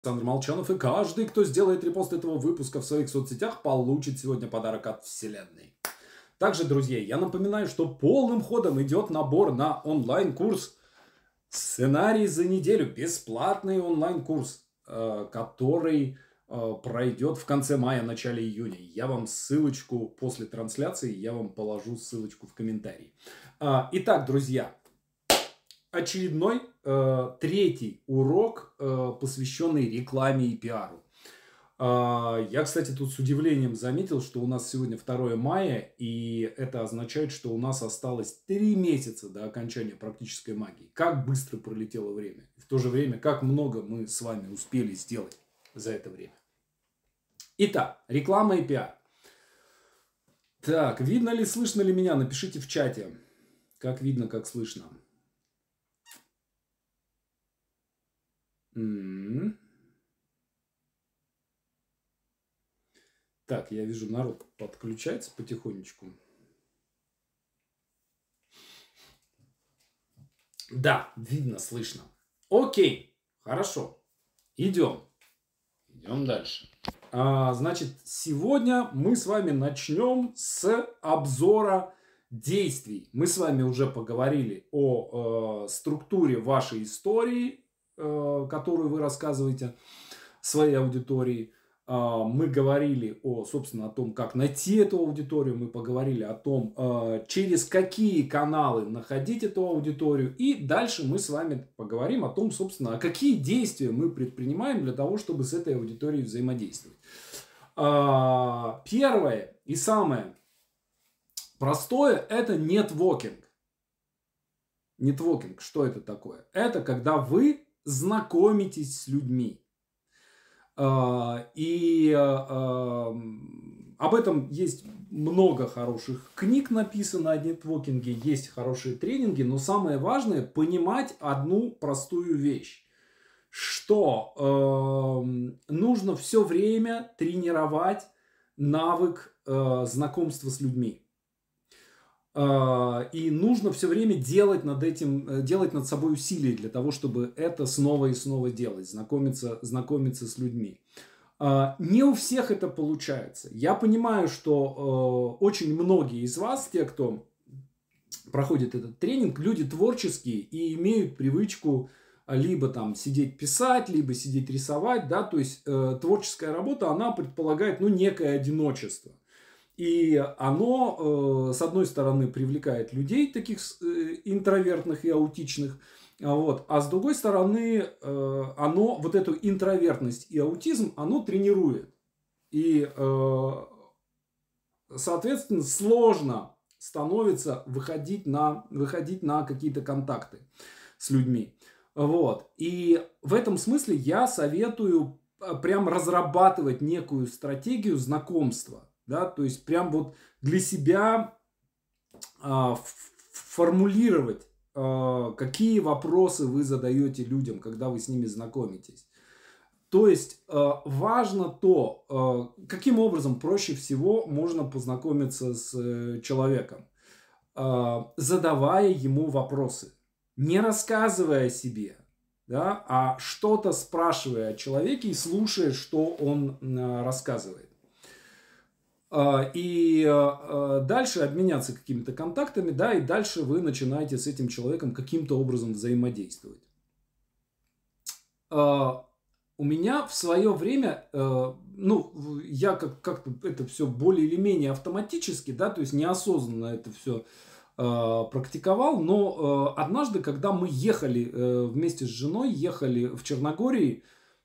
Александр Молчанов, и каждый, кто сделает репост этого выпуска в своих соцсетях, получит сегодня подарок от Вселенной. Также, друзья, я напоминаю, что полным ходом идет набор на онлайн-курс «Сценарий за неделю». Бесплатный онлайн-курс, который пройдет в конце мая, начале июня. Я вам ссылочку после трансляции, я вам положу ссылочку в комментарии. Итак, друзья, очередной третий урок, посвященный рекламе и пиару. Я, кстати, тут с удивлением заметил, что у нас сегодня 2 мая, и это означает, что у нас осталось 3 месяца до окончания практической магии. Как быстро пролетело время. И в то же время, как много мы с вами успели сделать за это время. Итак, реклама и пиар. Так, видно ли, слышно ли меня? Напишите в чате. Как видно, как слышно. Так, я вижу, народ подключается потихонечку. Да, видно, слышно. Окей, хорошо. Идем дальше. Значит, сегодня мы с вами начнем с обзора действий. Мы с вами уже поговорили о структуре вашей истории, которую вы рассказываете своей аудитории. Мы говорили собственно, о том, как найти эту аудиторию. Мы поговорили о том, через какие каналы находить эту аудиторию. И дальше мы с вами поговорим о том, собственно, какие действия мы предпринимаем для того, чтобы с этой аудиторией взаимодействовать. Первое и самое простое – это нетворкинг. Нетворкинг, что это такое? Это когда вы знакомитесь с людьми. И об этом есть много хороших книг написано о нетворкинге, есть хорошие тренинги, но самое важное понимать одну простую вещь, что нужно все время тренировать навык знакомства с людьми. И нужно все время делать над собой усилия для того, чтобы это снова и снова делать, знакомиться с людьми. Не у всех это получается. Я понимаю, что очень многие из вас, те, кто проходит этот тренинг, люди творческие и имеют привычку либо там сидеть писать, либо сидеть рисовать, да, то есть творческая работа, она предполагает, некое одиночество. И оно, с одной стороны, привлекает людей, таких интровертных и аутичных, а с другой стороны, оно, вот эту интровертность и аутизм, оно тренирует. И, соответственно, сложно становится выходить на какие-то контакты с людьми. И в этом смысле я советую прям разрабатывать некую стратегию знакомства. Да, то есть прям вот для себя формулировать, какие вопросы вы задаете людям, когда вы с ними знакомитесь. То есть важно то, каким образом проще всего можно познакомиться с человеком, задавая ему вопросы, не рассказывая о себе, да, а что-то спрашивая о человеке и слушая, что он рассказывает. И дальше обменяться какими-то контактами, да, и дальше вы начинаете с этим человеком каким-то образом взаимодействовать. У меня в свое время, я как-то это все более или менее автоматически, да, то есть неосознанно это все практиковал, но однажды, когда мы ехали вместе с женой, ехали в Черногории,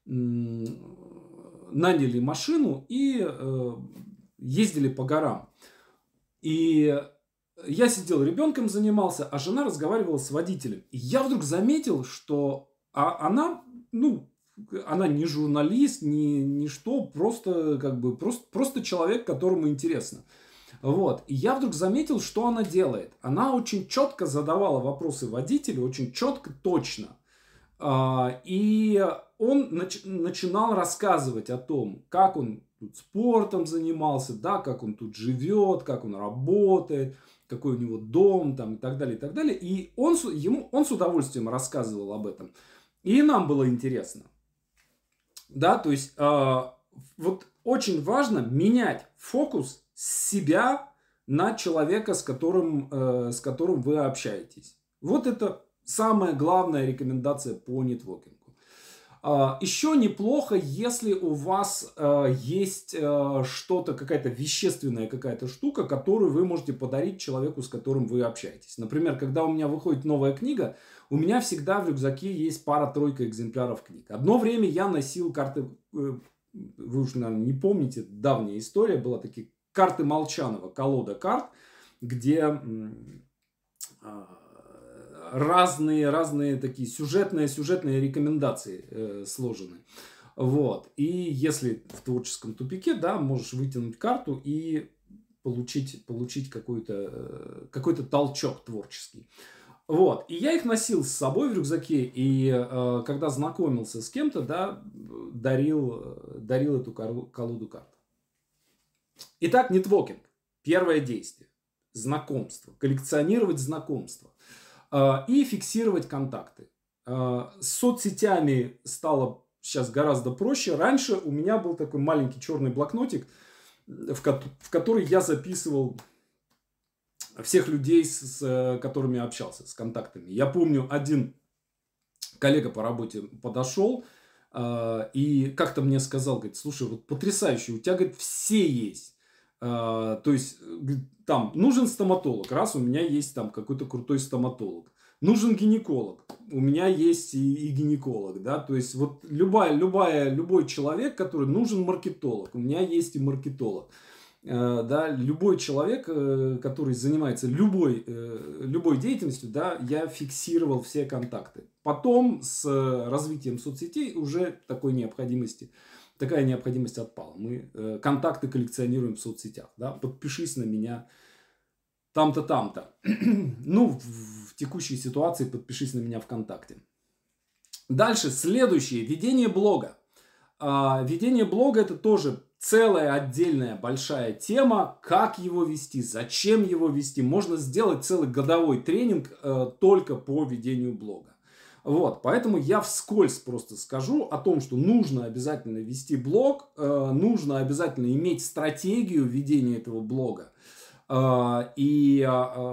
наняли машину и ездили по горам. И я сидел, ребенком занимался, а жена разговаривала с водителем. И я вдруг заметил, что она не журналист, ни что, просто человек, которому интересно. И я вдруг заметил, что она делает. Она очень четко задавала вопросы водителю, очень четко, точно. И он начинал рассказывать о том, как он тут спортом занимался, да, как он тут живет, как он работает, какой у него дом там, и так далее, и так далее. И он с удовольствием рассказывал об этом. И нам было интересно. Да, то есть вот очень важно менять фокус с себя на человека, с которым вы общаетесь. Вот это самая главная рекомендация по нетворкингу. Еще неплохо, если у вас есть что-то, какая-то вещественная какая-то штука, которую вы можете подарить человеку, с которым вы общаетесь. Например, когда у меня выходит новая книга, у меня всегда в рюкзаке есть пара-тройка экземпляров книг. Одно время я носил карты, вы уж, наверное, не помните, давняя история была, такие карты Молчанова, колода карт, где разные такие сюжетные рекомендации сложены. Вот. И если в творческом тупике, да, можешь вытянуть карту и получить какой-то толчок творческий. Вот. И я их носил с собой в рюкзаке, и когда знакомился с кем-то, да, дарил эту колоду карт. Итак, нетворкинг. Первое действие. Знакомство. Коллекционировать знакомства. И фиксировать контакты. С соцсетями стало сейчас гораздо проще. Раньше у меня был такой маленький черный блокнотик, в который я записывал всех людей, с которыми общался, с контактами. Я помню, один коллега по работе подошел и как-то мне сказал, говорит, слушай, вот потрясающе, у тебя, говорит, все есть. То есть, там, нужен стоматолог, раз у меня есть там какой-то крутой стоматолог. Нужен гинеколог, у меня есть и гинеколог, да, то есть, вот любой человек, который нужен маркетолог, у меня есть и маркетолог. Да, любой человек, который занимается любой деятельностью, да, я фиксировал все контакты. Потом с развитием соцсетей уже такая необходимость отпала. Мы контакты коллекционируем в соцсетях. Да? Подпишись на меня там-то, там-то. Ну, в текущей ситуации подпишись на меня ВКонтакте. Дальше, следующее. Ведение блога. Ведение блога – это тоже целая отдельная большая тема. Как его вести, зачем его вести. Можно сделать целый годовой тренинг только по ведению блога. Вот, поэтому я вскользь просто скажу о том, что нужно обязательно вести блог, нужно обязательно иметь стратегию ведения этого блога. И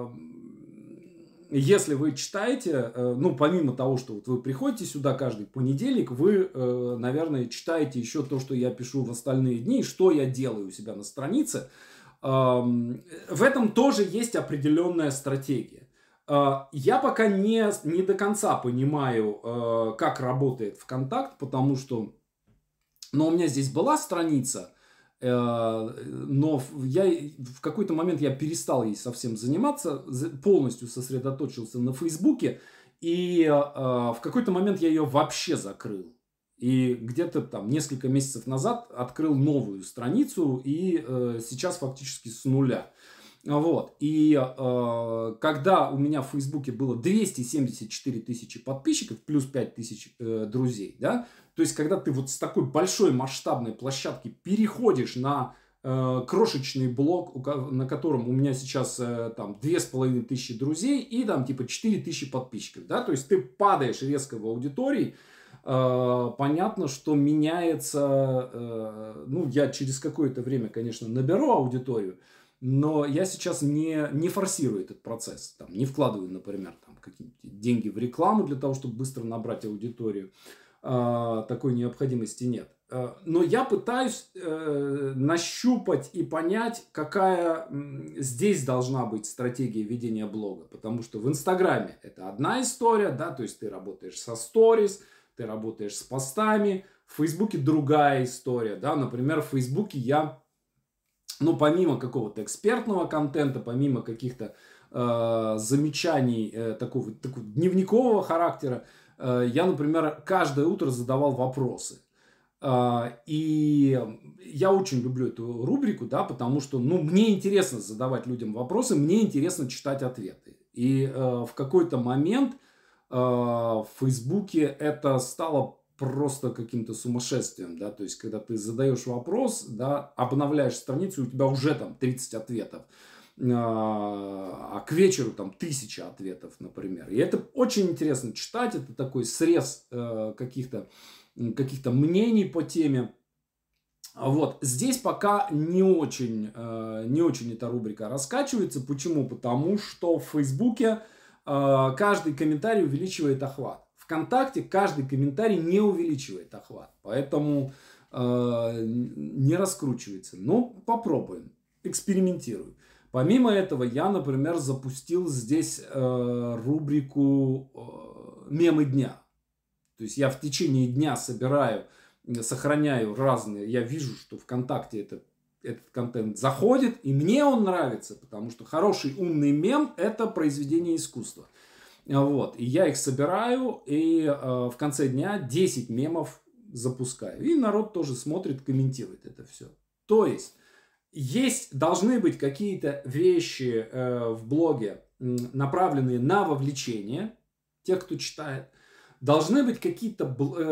если вы читаете, ну, помимо того, что вот вы приходите сюда каждый понедельник, вы, наверное, читаете еще то, что я пишу в остальные дни, что я делаю у себя на странице. В этом тоже есть определенная стратегия. Я пока не до конца понимаю, как работает ВКонтакт, потому что, ну, у меня здесь была страница, но в какой-то момент я перестал ей совсем заниматься, полностью сосредоточился на Фейсбуке, и в какой-то момент я ее вообще закрыл. И где-то там несколько месяцев назад открыл новую страницу, и сейчас фактически с нуля. Вот. И когда у меня в Фейсбуке было 274 тысячи подписчиков, плюс 5 тысяч друзей, да, то есть, когда ты вот с такой большой масштабной площадки переходишь на крошечный блог, на котором у меня сейчас там 2500 друзей и там типа 4000 подписчиков, да, то есть, ты падаешь резко в аудитории, понятно, что меняется, ну, я через какое-то время, конечно, наберу аудиторию, но я сейчас не форсирую этот процесс, там, не вкладываю, например, там, какие-то деньги в рекламу для того, чтобы быстро набрать аудиторию. Такой необходимости нет. Но я пытаюсь нащупать и понять, какая здесь должна быть стратегия ведения блога. Потому что в Инстаграме это одна история, да, то есть ты работаешь со сторис, ты работаешь с постами. В Фейсбуке другая история, да, например, в Фейсбуке я, ну, помимо какого-то экспертного контента, помимо каких-то замечаний такого дневникового характера, я, например, каждое утро задавал вопросы. И я очень люблю эту рубрику, да, потому что, ну, мне интересно задавать людям вопросы, мне интересно читать ответы. И в какой-то момент в Фейсбуке это стало просто каким-то сумасшествием, да, то есть, когда ты задаешь вопрос, да, обновляешь страницу, у тебя уже там 30 ответов, а к вечеру там 1000 ответов, например. И это очень интересно читать, это такой срез каких-то каких-то мнений по теме. Вот. Здесь пока не очень эта рубрика раскачивается. Почему? Потому что в Фейсбуке каждый комментарий увеличивает охват. ВКонтакте каждый комментарий не увеличивает охват. Поэтому не раскручивается. Но попробуем. Экспериментирую. Помимо этого, я, например, запустил здесь рубрику «Мемы дня». То есть я в течение дня сохраняю разные. Я вижу, что ВКонтакте этот контент заходит, и мне он нравится, потому что хороший умный мем – это произведение искусства. Вот. И я их собираю, и в конце дня 10 мемов запускаю. И народ тоже смотрит, комментирует это все. То есть должны быть какие-то вещи в блоге, направленные на вовлечение тех, кто читает. Должны быть какие-то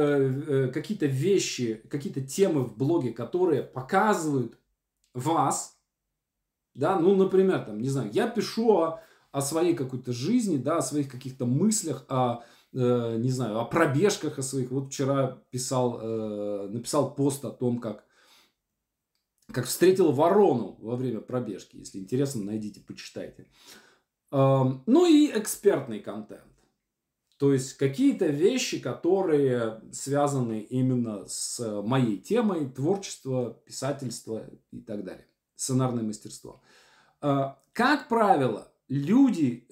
вещи, какие-то темы в блоге, которые показывают вас. Да? Ну, например, там, не знаю, я пишу о своей какой-то жизни, да, о своих каких-то мыслях, не знаю, о пробежках о своих. Вот вчера написал пост о том, как встретил ворону во время пробежки. Если интересно, найдите, почитайте. Ну и экспертный контент. То есть какие-то вещи, которые связаны именно с моей темой, творчество, писательство и так далее. Сценарное мастерство. Как правило, люди...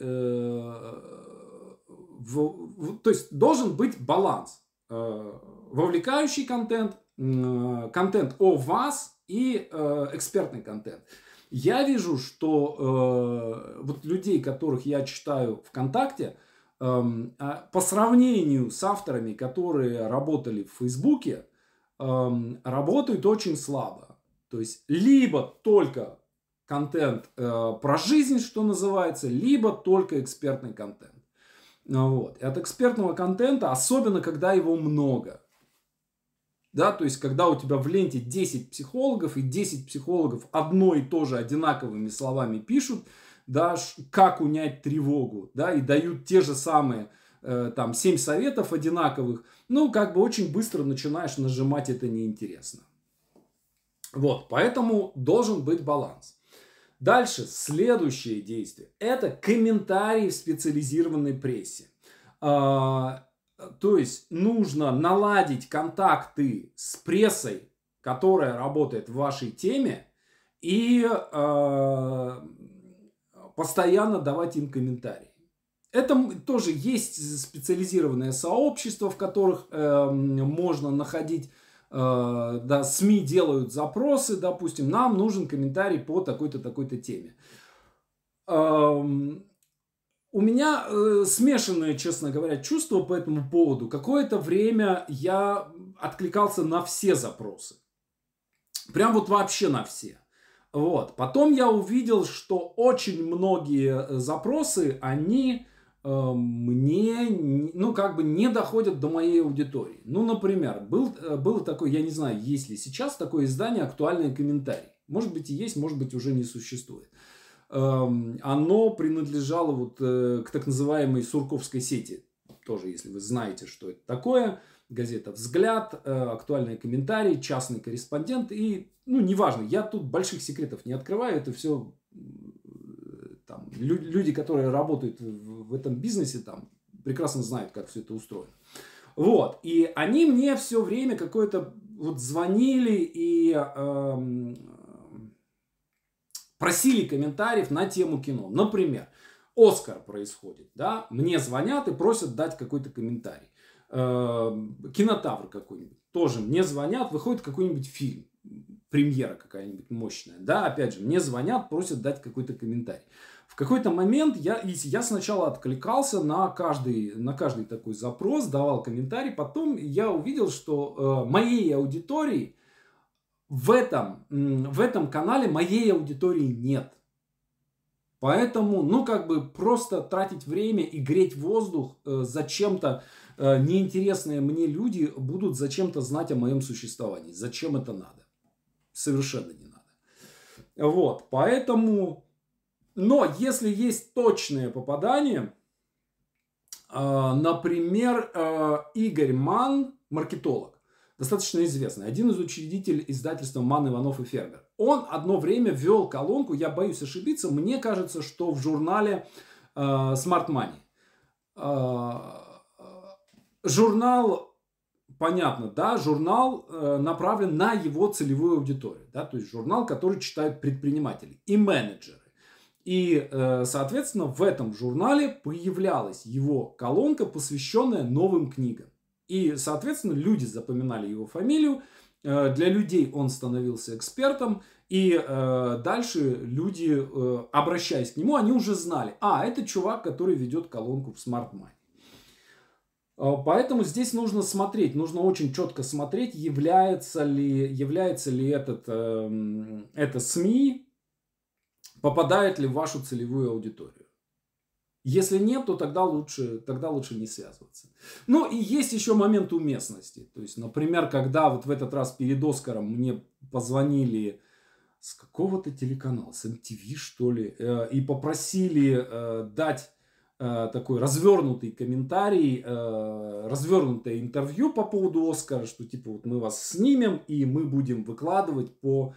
то есть должен быть баланс. Вовлекающий контент, контент о вас и экспертный контент. Я вижу, что вот людей, которых я читаю ВКонтакте, по сравнению с авторами, которые работали в Фейсбуке, работают очень слабо. То есть либо только контент про жизнь, что называется, либо только экспертный контент. Вот. И от экспертного контента, особенно когда его много, да, то есть когда у тебя в ленте 10 психологов, и 10 психологов одно и то же одинаковыми словами пишут, да, как унять тревогу, да, и дают те же самые там 7 советов одинаковых, ну, как бы очень быстро начинаешь нажимать, это неинтересно. Вот, поэтому должен быть баланс. Дальше, следующее действие. Это комментарии в специализированной прессе. То есть нужно наладить контакты с прессой, которая работает в вашей теме, и постоянно давать им комментарии. Это тоже есть специализированное сообщество, в которых можно находить, да, СМИ делают запросы, допустим, нам нужен комментарий по такой-то, такой-то теме. У меня смешанные, честно говоря, чувства по этому поводу. Какое-то время я откликался на все запросы. Прям вот вообще на все. Вот. Потом я увидел, что очень многие запросы, они мне, ну, как бы не доходят до моей аудитории. Ну, например, было такое, я не знаю, есть ли сейчас такое издание «Актуальные комментарии». Может быть и есть, может быть уже не существует. Оно принадлежало вот к так называемой Сурковской сети. Тоже, если вы знаете, что это такое. Газета «Взгляд», «Актуальные комментарии», «Частный корреспондент». И, ну, неважно, я тут больших секретов не открываю. Это все там, люди, которые работают в этом бизнесе, там, прекрасно знают, как все это устроено. Вот. И они мне все время какое-то вот звонили и просили комментариев на тему кино. Например, «Оскар» происходит, да, мне звонят и просят дать какой-то комментарий. «Кинотавр» какой-нибудь, тоже мне звонят, выходит какой-нибудь фильм, премьера какая-нибудь мощная, да, опять же, мне звонят, просят дать какой-то комментарий. В какой-то момент я сначала откликался на каждый такой запрос, давал комментарий, потом я увидел, что моей аудитории в этом канале моей аудитории нет. Поэтому, ну, как бы просто тратить время и греть воздух зачем-то, неинтересные мне люди будут зачем-то знать о моем существовании. Зачем это надо? Совершенно не надо. Вот, поэтому... Но если есть точное попадание, например, Игорь Манн, маркетолог, достаточно известный, один из учредителей издательства «Ман, Иванов и Фербер». Он одно время вел колонку, я боюсь ошибиться, мне кажется, что в журнале Smart Money. Журнал, понятно, да, журнал направлен на его целевую аудиторию, да, то есть журнал, который читают предприниматели и менеджеры. И, соответственно, в этом журнале появлялась его колонка, посвященная новым книгам. И, соответственно, люди запоминали его фамилию, для людей он становился экспертом, и дальше люди, обращаясь к нему, они уже знали, это чувак, который ведет колонку в Smart Money. Поэтому здесь нужно смотреть, нужно очень четко смотреть, является ли это СМИ, попадает ли в вашу целевую аудиторию. Если нет, то тогда лучше не связываться. Ну и есть еще момент уместности. То есть, например, когда вот в этот раз перед Оскаром мне позвонили с какого-то телеканала, с MTV что ли, и попросили дать такой развернутый комментарий, развернутое интервью по поводу Оскара, что типа вот мы вас снимем и мы будем выкладывать по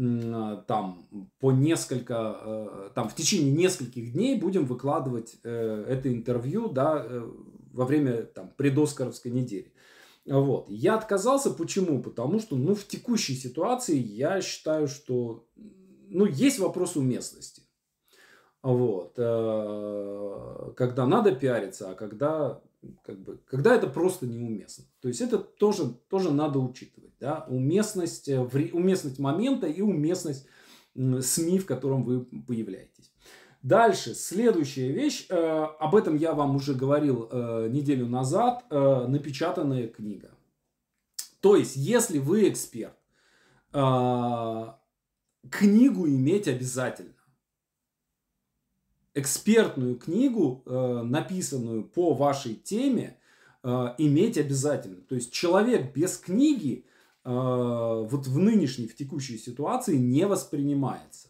несколько, в течение нескольких дней будем выкладывать это интервью, да, во время предоскаровской недели. Вот. Я отказался. Почему? Потому что, в текущей ситуации я считаю, что, есть вопрос уместности. Вот. Когда надо пиариться, а когда это просто неуместно. То есть это тоже надо учитывать. Да? Уместность момента и уместность СМИ, в котором вы появляетесь. Дальше, следующая вещь. Об этом я вам уже говорил неделю назад. Напечатанная книга. То есть, если вы эксперт, книгу иметь обязательно. Экспертную книгу, написанную по вашей теме, иметь обязательно. То есть человек без книги вот в нынешней, в текущей ситуации не воспринимается.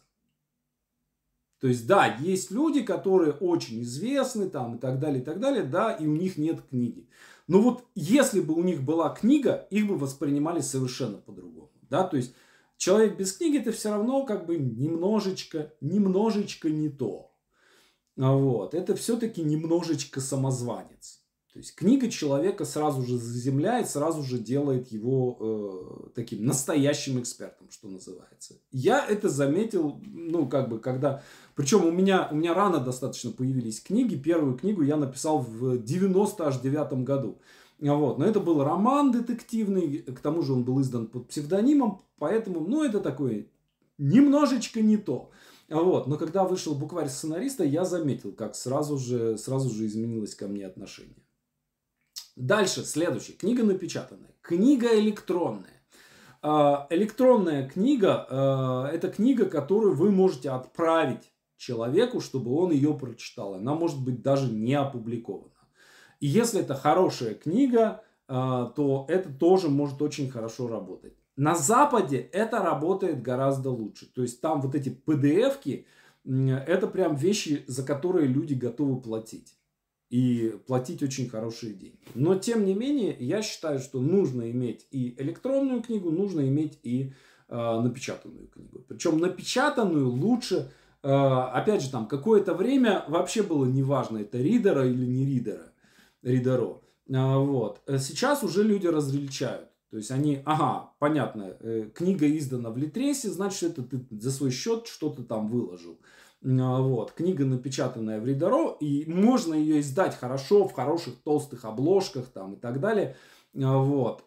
То есть, да, есть люди, которые очень известны там, и так далее, да, и у них нет книги. Но вот если бы у них была книга, их бы воспринимали совершенно по-другому. Да? То есть человек без книги — это все равно немножечко не то. Вот. Это все-таки немножечко самозванец. То есть книга человека сразу же заземляет, сразу же делает его таким настоящим экспертом, что называется. Я это заметил, когда... Причем у меня рано достаточно появились книги. Первую книгу я написал в 99 году. Вот. Но это был роман детективный, к тому же он был издан под псевдонимом, поэтому, это такое немножечко не то. Вот. Но когда вышел букварь сценариста, я заметил, как сразу же изменилось ко мне отношение. Дальше, следующая. Книга напечатанная. Книга электронная. Электронная книга – это книга, которую вы можете отправить человеку, чтобы он ее прочитал. Она может быть даже не опубликована. И если это хорошая книга, то это тоже может очень хорошо работать. На Западе это работает гораздо лучше. То есть там вот эти PDF-ки, это прям вещи, за которые люди готовы платить. И платить очень хорошие деньги. Но тем не менее, я считаю, что нужно иметь и электронную книгу, нужно иметь и напечатанную книгу. Причем напечатанную лучше, опять же, какое-то время вообще было неважно, это ридера или не ридеро. Вот. Сейчас уже люди различают. То есть они, понятно, книга издана в Литресе, значит, это ты за свой счет что-то там выложил. Вот. Книга, напечатанная в Ридеро, и можно ее издать хорошо, в хороших толстых обложках там, и так далее. Вот.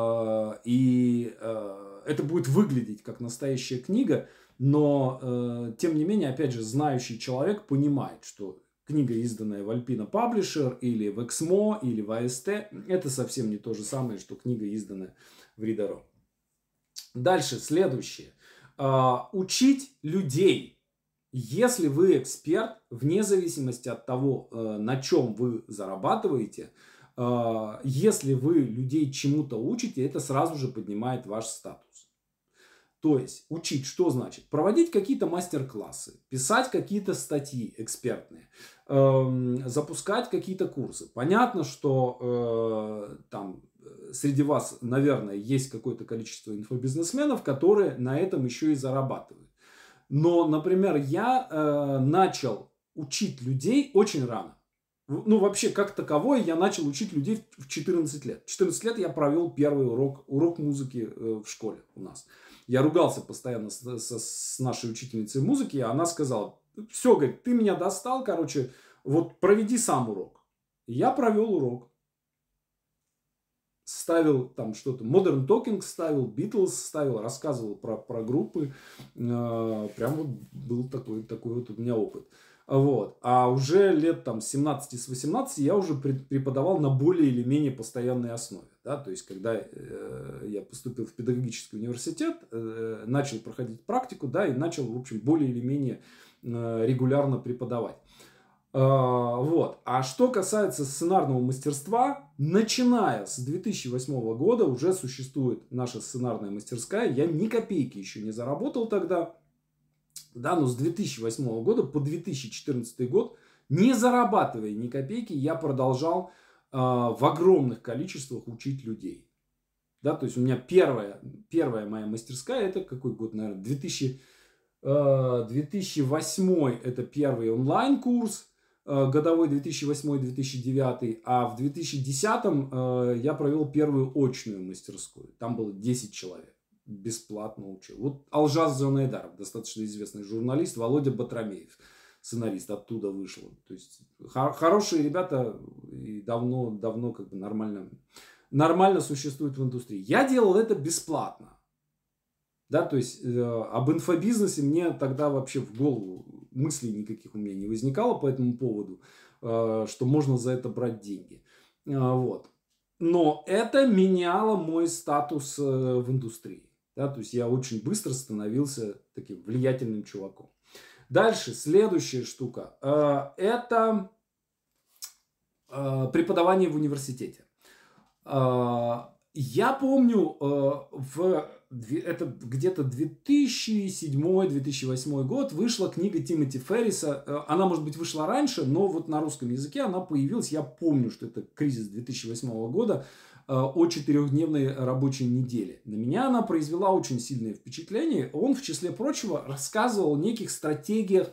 И это будет выглядеть как настоящая книга, но тем не менее, опять же, знающий человек понимает, что книга, изданная в Alpina Publisher или в Exmo или в AST, это совсем не то же самое, что книга, изданная в Ридеро. Дальше, следующее. Учить людей. Если вы эксперт, вне зависимости от того, на чем вы зарабатываете, если вы людей чему-то учите, это сразу же поднимает ваш статус. То есть учить что значит? Проводить какие-то мастер-классы, писать какие-то статьи экспертные, запускать какие-то курсы. Понятно, что среди вас, наверное, есть какое-то количество инфобизнесменов, которые на этом еще и зарабатывают. Но, например, я начал учить людей очень рано. Ну, вообще, как таковой, я начал учить людей в 14 лет. В 14 лет я провел первый урок музыки в школе у нас. Я ругался постоянно с нашей учительницей музыки, и она сказала: все, говорит, ты меня достал, короче, вот проведи сам урок. И я провел урок. Ставил там что-то, Modern Talking ставил, Beatles ставил, рассказывал про группы. Прям вот был такой вот у меня опыт. Вот. А уже лет там 17 с 18 я уже преподавал на более или менее постоянной основе. Да? То есть, когда я поступил в педагогический университет, начал проходить практику, да, и начал, в общем, более или менее регулярно преподавать. Вот. А что касается сценарного мастерства, начиная с 2008 года уже существует наша сценарная мастерская. Я ни копейки еще не заработал тогда. Да, но с 2008 года по 2014 год, не зарабатывая ни копейки, я продолжал в огромных количествах учить людей. Да, то есть у меня первая моя мастерская, это какой год, наверное, 2008 это первый онлайн-курс, годовой 2008-2009, а в 2010 я провел первую очную мастерскую. Там было 10 человек. Бесплатно учил. Вот Алжас Зонайдаров, достаточно известный журналист, Володя Батрамеев, сценарист, оттуда вышел. То есть хорошие ребята и давно как бы нормально существуют в индустрии. Я делал это бесплатно. Да, то есть об инфобизнесе мне тогда вообще в голову мыслей никаких у меня не возникало по этому поводу, что можно за это брать деньги. Вот. Но это меняло мой статус в индустрии. Да, то есть я очень быстро становился таким влиятельным чуваком. Дальше, следующая штука. Это преподавание в университете. Я помню, это где-то 2007-2008 год вышла книга Тимоти Ферриса. Она, может быть, вышла раньше, но вот на русском языке она появилась. Я помню, что это кризис 2008 года о 4-дневной рабочей неделе. На меня она произвела очень сильное впечатление. Он, в числе прочего, рассказывал о неких стратегиях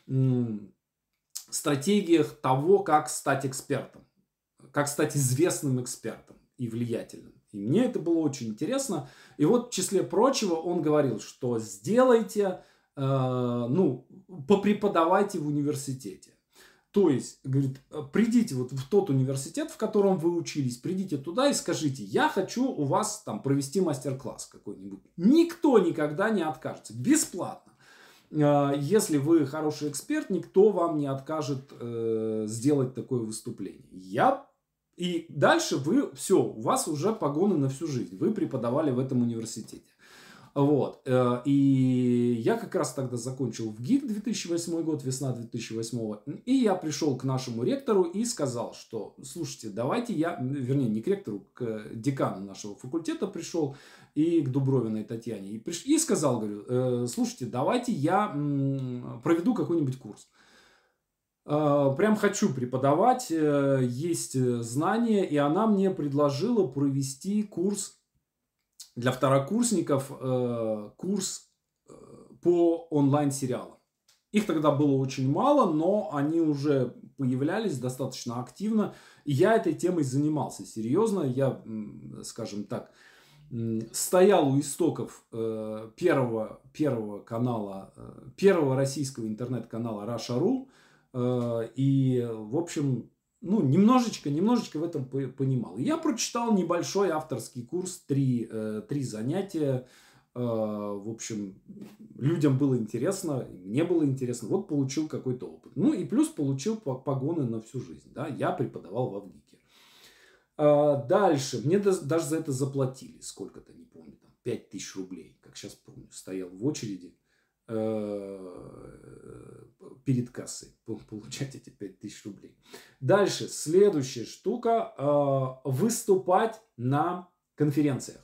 того, как стать экспертом, как стать известным экспертом и влиятельным. И мне это было очень интересно. И вот, в числе прочего, он говорил, что сделайте, попреподавайте в университете. То есть, говорит, придите вот в тот университет, в котором вы учились, придите туда и скажите: я хочу у вас там провести мастер-класс какой-нибудь. Никто никогда не откажется. Бесплатно. Если вы хороший эксперт, никто вам не откажет сделать такое выступление. И дальше у вас уже погоны на всю жизнь. Вы преподавали в этом университете. Вот. И я как раз тогда закончил в ГИК 2008 год, весна 2008. И я пришел к нашему ректору и сказал, что, слушайте, давайте не к ректору, к декану нашего факультета пришел и к Дубровиной Татьяне. И сказал, говорю, слушайте, давайте я проведу какой-нибудь курс. Прям хочу преподавать, есть знания, и она мне предложила провести курс для второкурсников, курс по онлайн-сериалам. Их тогда было очень мало, но они уже появлялись достаточно активно, и я этой темой занимался серьезно. Я, скажем так, стоял у истоков первого канала, первого российского интернет-канала Russia.ru. И, в общем, немножечко в этом понимал. Я прочитал небольшой авторский курс, 3 занятия. В общем, людям было интересно, мне было интересно. Вот получил какой-то опыт. И плюс получил погоны на всю жизнь. Да? Я преподавал в ВГИКе. Дальше. Мне даже за это заплатили. Сколько-то, не помню, 5000 рублей. Как сейчас помню, стоял в очереди перед кассой получать эти 5000 рублей. Дальше, следующая штука, выступать на конференциях.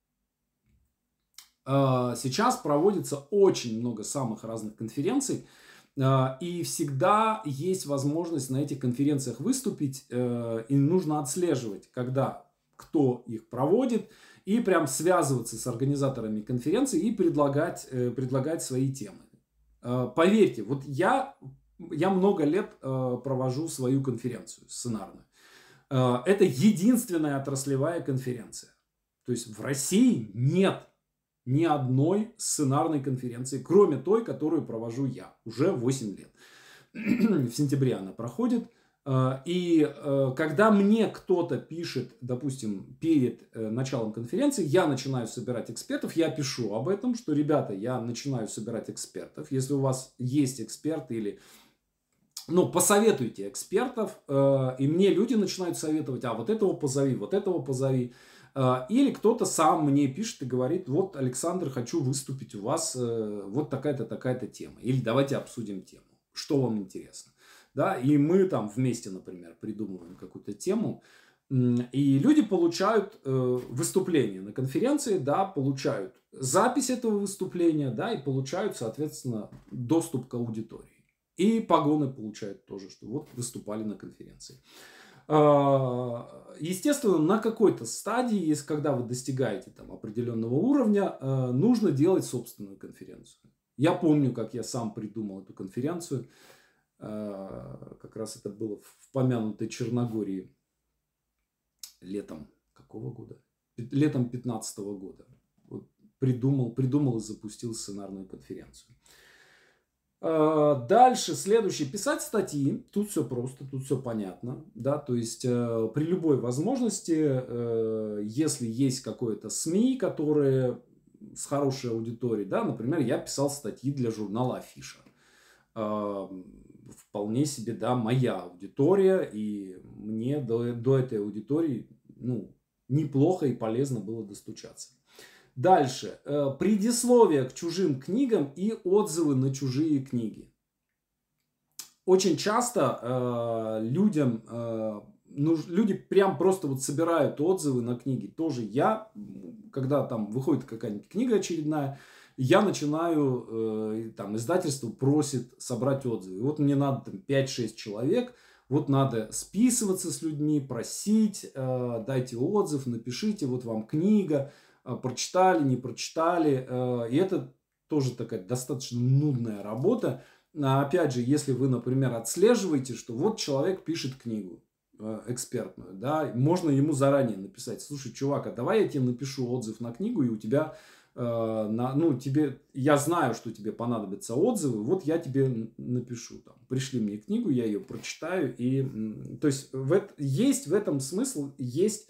Сейчас проводится очень много самых разных конференций, и всегда есть возможность на этих конференциях выступить, и нужно отслеживать, когда кто их проводит, и прям связываться с организаторами конференции и предлагать свои темы. Поверьте, вот я много лет провожу свою конференцию сценарную. Это единственная отраслевая конференция. То есть в России нет ни одной сценарной конференции, кроме той, которую провожу я уже 8 лет. В сентябре она проходит. И когда мне кто-то пишет, допустим, перед началом конференции, я начинаю собирать экспертов, я пишу об этом, что, ребята, я начинаю собирать экспертов. Если у вас есть эксперты или... посоветуйте экспертов, и мне люди начинают советовать, вот этого позови, вот этого позови. Или кто-то сам мне пишет и говорит, вот, Александр, хочу выступить у вас, вот такая-то, такая-то тема. Или давайте обсудим тему, что вам интересно. Да? И мы там вместе, например, придумываем какую-то тему, и люди получают выступление на конференции, да, получают запись этого выступления, да, и получают, соответственно, доступ к аудитории. И погоны получают тоже, что вот выступали на конференции. Естественно, на какой-то стадии, если когда вы достигаете там определенного уровня, нужно делать собственную конференцию. Я помню, как я сам придумал эту конференцию. Как раз это было в помянутой Черногории летом какого года? Летом 2015 года. Вот придумал и запустил сценарную конференцию. Дальше, следующее, писать статьи. Тут все просто, тут все понятно. Да? То есть, при любой возможности, если есть какое-то СМИ, которое с хорошей аудиторией, да, например, я писал статьи для журнала «Афиша». Вполне себе, да, моя аудитория, и мне до этой аудитории, неплохо и полезно было достучаться. Дальше. Предисловие к чужим книгам и отзывы на чужие книги. Очень часто люди прям просто вот собирают отзывы на книги. Тоже я, когда там выходит какая-нибудь книга очередная, я начинаю, там издательство просит собрать отзывы. И вот мне надо там 5-6 человек, вот надо списываться с людьми, просить, дайте отзыв, напишите, вот вам книга. Прочитали, не прочитали. И это тоже такая достаточно нудная работа. Опять же, если вы, например, отслеживаете, что вот человек пишет книгу экспертную, да, можно ему заранее написать: слушай, чувак, а давай я тебе напишу отзыв на книгу, и у тебя, я знаю, что тебе понадобятся отзывы, вот я тебе напишу. Там, пришли мне книгу, я ее прочитаю. И, то есть, есть в этом смысл, есть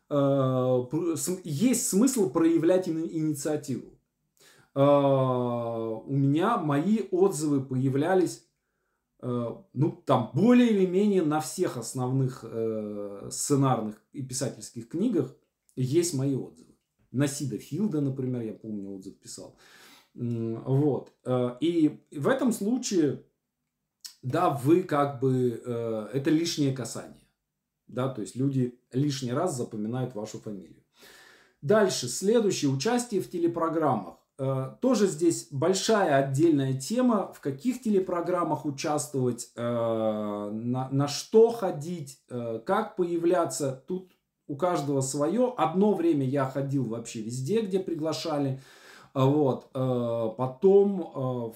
смысл проявлять инициативу. У меня мои отзывы появлялись, там более или менее на всех основных сценарных и писательских книгах есть мои отзывы. На Сида Филда, например, я помню, отзыв писал. Вот. И в этом случае, да, вы это лишнее касание. Да, то есть люди лишний раз запоминают вашу фамилию. Дальше, следующее, участие в телепрограммах. Тоже здесь большая отдельная тема, в каких телепрограммах участвовать, на что ходить, как появляться. Тут у каждого свое. Одно время я ходил вообще везде, где приглашали. Вот. Потом...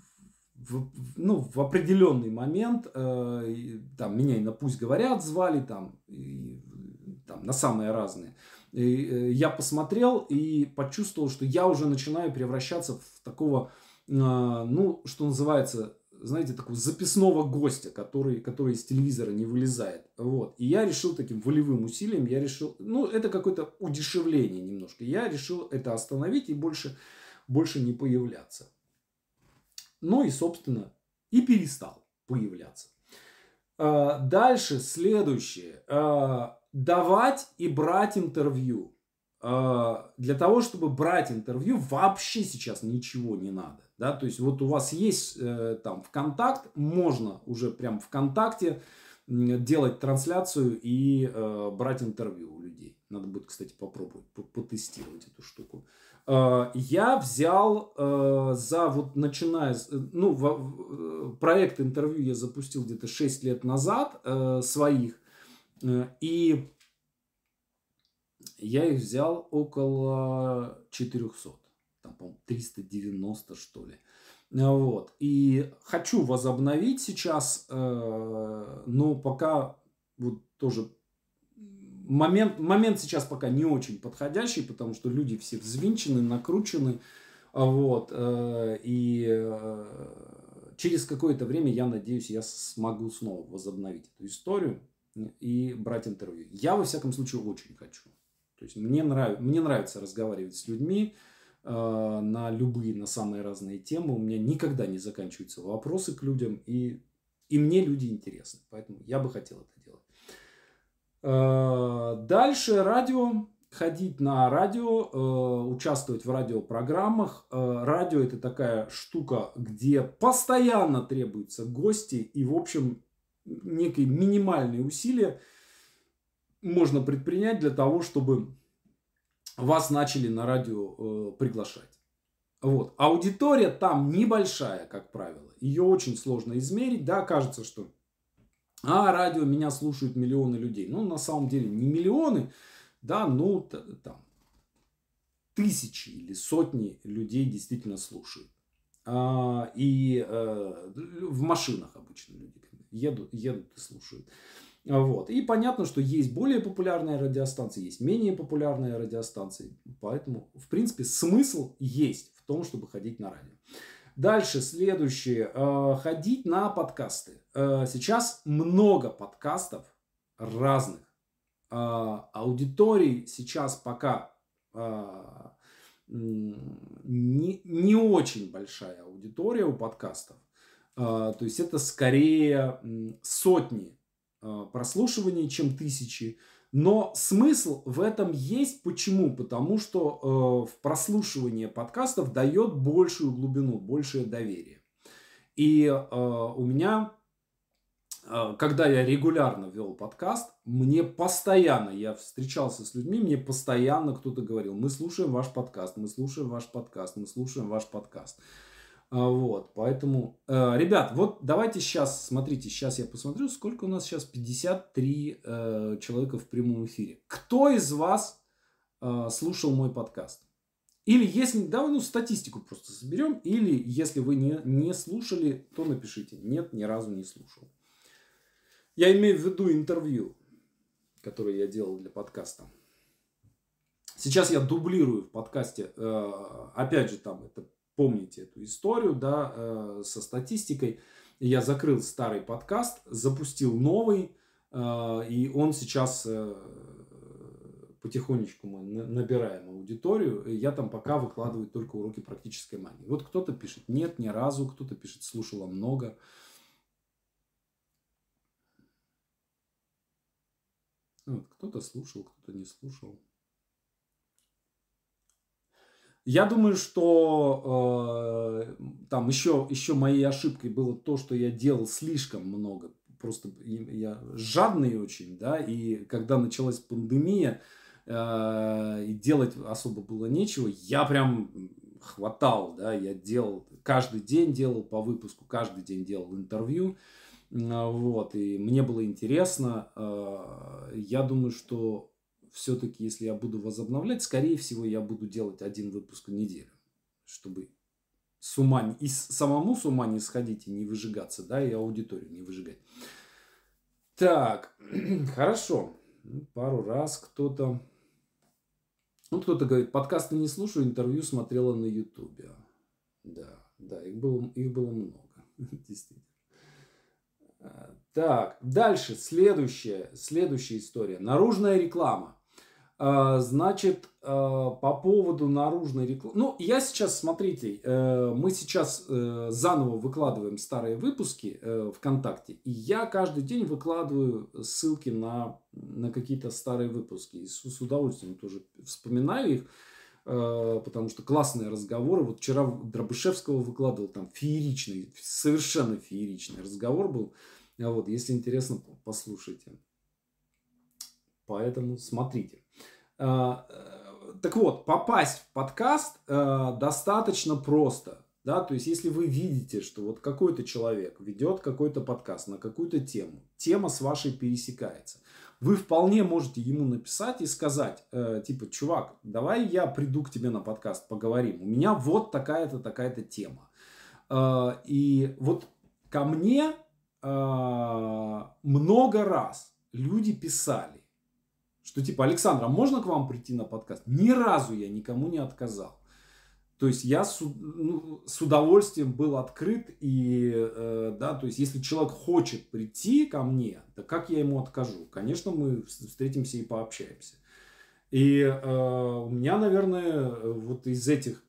в определенный момент там, меня и на «Пусть говорят» звали, там на самые разные. И я посмотрел и почувствовал, что я уже начинаю превращаться в такого, что называется, знаете, такого записного гостя, который из телевизора не вылезает. Вот. И я решил таким волевым усилием, это какое-то удешевление немножко. Я решил это остановить и больше не появляться. И, собственно, и перестал появляться. Дальше, следующее. Давать и брать интервью. Для того, чтобы брать интервью, вообще сейчас ничего не надо. Да? То есть, вот у вас есть там ВКонтакт, можно уже прям ВКонтакте делать трансляцию и брать интервью у людей. Надо будет, кстати, попробовать потестировать эту штуку. Я взял проект интервью я запустил где-то 6 лет назад своих. И Я их взял около 400. Там, по-моему, 390, что ли. Вот. И хочу возобновить сейчас, но пока вот тоже момент сейчас пока не очень подходящий, потому что люди все взвинчены, накручены. Вот. Через какое-то время, я надеюсь, я смогу снова возобновить эту историю и брать интервью. Я, во всяком случае, очень хочу. То есть мне нравится разговаривать с людьми на любые, на самые разные темы. У меня никогда не заканчиваются вопросы к людям, и мне люди интересны. Поэтому я бы хотел это делать. Дальше радио. Ходить на радио, участвовать в радиопрограммах. Радио – это такая штука, где постоянно требуются гости, и, в общем, некие минимальные усилия можно предпринять для того, чтобы вас начали на радио приглашать. Вот. Аудитория там небольшая, как правило. Ее очень сложно измерить. Да, кажется, что радио меня слушают миллионы людей. Ну, на самом деле, не миллионы, да, ну, там, тысячи или сотни людей действительно слушают. И в машинах обычно люди едут и слушают. Вот. И понятно, что есть более популярные радиостанции, есть менее популярные радиостанции. Поэтому, в принципе, смысл есть в том, чтобы ходить на радио. Дальше, следующее. Ходить на подкасты. Сейчас много подкастов разных. Аудитории сейчас пока не очень большая аудитория у подкастов. То есть это скорее сотни прослушиваний, чем тысячи. Но смысл в этом есть. Почему? Потому что в прослушивании подкастов дает большую глубину, большее доверие. И у меня, когда я регулярно вел подкаст, мне постоянно, я встречался с людьми, мне постоянно кто-то говорил: мы слушаем ваш подкаст, мы слушаем ваш подкаст, мы слушаем ваш подкаст. Вот, поэтому, ребят, вот давайте сейчас, смотрите, сейчас я посмотрю, сколько у нас сейчас, 53 человека в прямом эфире. Кто из вас слушал мой подкаст? Или если, давай, статистику просто соберем, или если вы не слушали, то напишите: нет, ни разу не слушал. Я имею в виду интервью, которое я делал для подкаста. Сейчас я дублирую в подкасте, опять же, там, это, помните эту историю, да, со статистикой. Я закрыл старый подкаст, запустил новый, и он сейчас потихонечку мы набираем аудиторию. Я там пока выкладываю только уроки практической магии. Вот кто-то пишет: нет, ни разу, кто-то пишет: слушала много. Вот, кто-то слушал, кто-то не слушал. Я думаю, что там еще моей ошибкой было то, что я делал слишком много. Просто я жадный очень, да, и когда началась пандемия, и делать особо было нечего, я прям хватал, да, я делал, каждый день делал по выпуску, каждый день делал интервью. Вот, и мне было интересно. Я думаю, что все-таки, если я буду возобновлять, скорее всего, я буду делать один выпуск в неделю, чтобы самому с ума не сходить и не выжигаться, да, и аудиторию не выжигать. Так, хорошо. Пару раз кто-то говорит: подкасты не слушаю, интервью смотрела на Ютубе. Да, их было много, действительно. Так, дальше, следующая история. Наружная реклама. Значит, по поводу наружной рекламы. Ну, я сейчас, смотрите, мы сейчас заново выкладываем старые выпуски ВКонтакте. И я каждый день выкладываю ссылки на какие-то старые выпуски. И с удовольствием тоже вспоминаю их, потому что классные разговоры. Вот вчера Дробышевского выкладывал, там фееричный, совершенно фееричный разговор был. Вот, если интересно, послушайте. Поэтому смотрите. Так вот, попасть в подкаст достаточно просто. Да? То есть, если вы видите, что вот какой-то человек ведет какой-то подкаст на какую-то тему, тема с вашей пересекается, вы вполне можете ему написать и сказать, типа, чувак, давай я приду к тебе на подкаст, поговорим. У меня вот такая-то, такая-то тема. И вот ко мне много раз люди писали, что типа, Александр, а можно к вам прийти на подкаст? Ни разу я никому не отказал. То есть я с удовольствием был открыт. И, да, то есть если человек хочет прийти ко мне, то как я ему откажу? Конечно, мы встретимся и пообщаемся. И у меня, наверное, вот из этих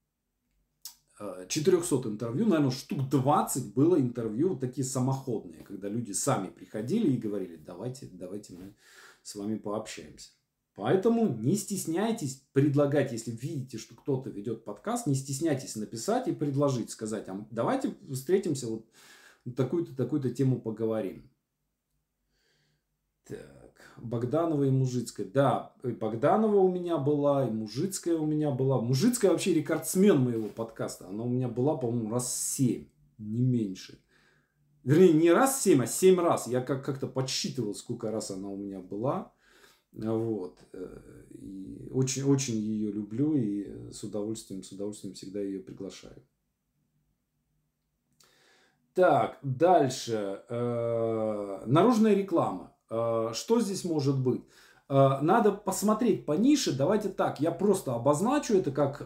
400 интервью, наверное, штук 20 было интервью вот такие самоходные, когда люди сами приходили и говорили, давайте мы с вами пообщаемся. Поэтому не стесняйтесь предлагать, если видите, что кто-то ведет подкаст, не стесняйтесь написать и предложить, сказать, а давайте встретимся, вот такую-то, такую-то тему поговорим. Так, Богданова и Мужицкая. Да, и Богданова у меня была, и Мужицкая у меня была. Мужицкая вообще рекордсмен моего подкаста. Она у меня была, по-моему, раз 7, не меньше. Вернее, не раз 7, а 7 раз. Я как-то подсчитывал, сколько раз она у меня была. Вот. И очень ее люблю и с удовольствием всегда ее приглашаю. Так, дальше. Наружная реклама. Что здесь может быть? Надо посмотреть по нише. Давайте так, я просто обозначу это как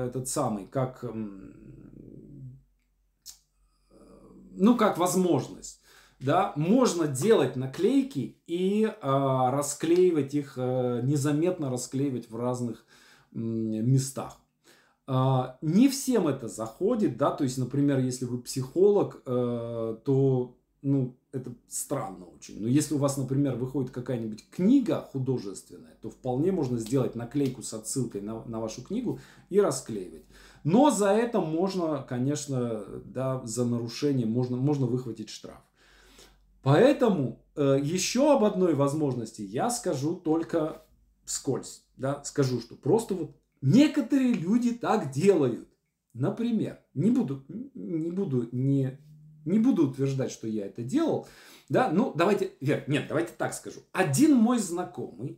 как возможность. Да, можно делать наклейки и расклеивать их, незаметно расклеивать в разных местах. Не всем это заходит, да, то есть, например, если вы психолог, то, это странно очень. Но если у вас, например, выходит какая-нибудь книга художественная, то вполне можно сделать наклейку с отсылкой на вашу книгу и расклеивать. Но за это можно, конечно, да, за нарушение можно выхватить штраф. Поэтому еще об одной возможности я скажу только вскользь. Да? Скажу, что просто вот некоторые люди так делают. Например, не буду утверждать, что я это делал. Да? Давайте так скажу. Один мой знакомый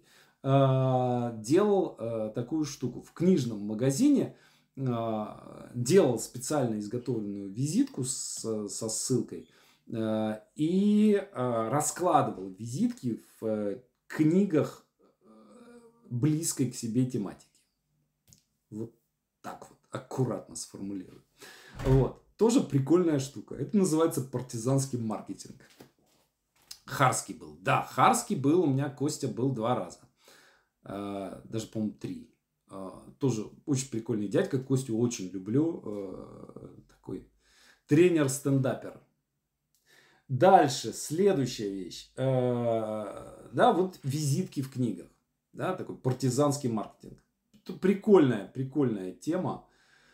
делал такую штуку. В книжном магазине делал специально изготовленную визитку со ссылкой. И раскладывал визитки в книгах близкой к себе тематики. Вот так вот, аккуратно сформулирую. Вот. Тоже прикольная штука. Это называется партизанский маркетинг. Харский был. Да, Харский был. У меня Костя был 2 раза. Даже, по-моему, 3. Тоже очень прикольный дядька. Костю очень люблю. Такой тренер-стендапер. Дальше, следующая вещь. Да, вот визитки в книгах. Да, такой партизанский маркетинг. Это прикольная тема.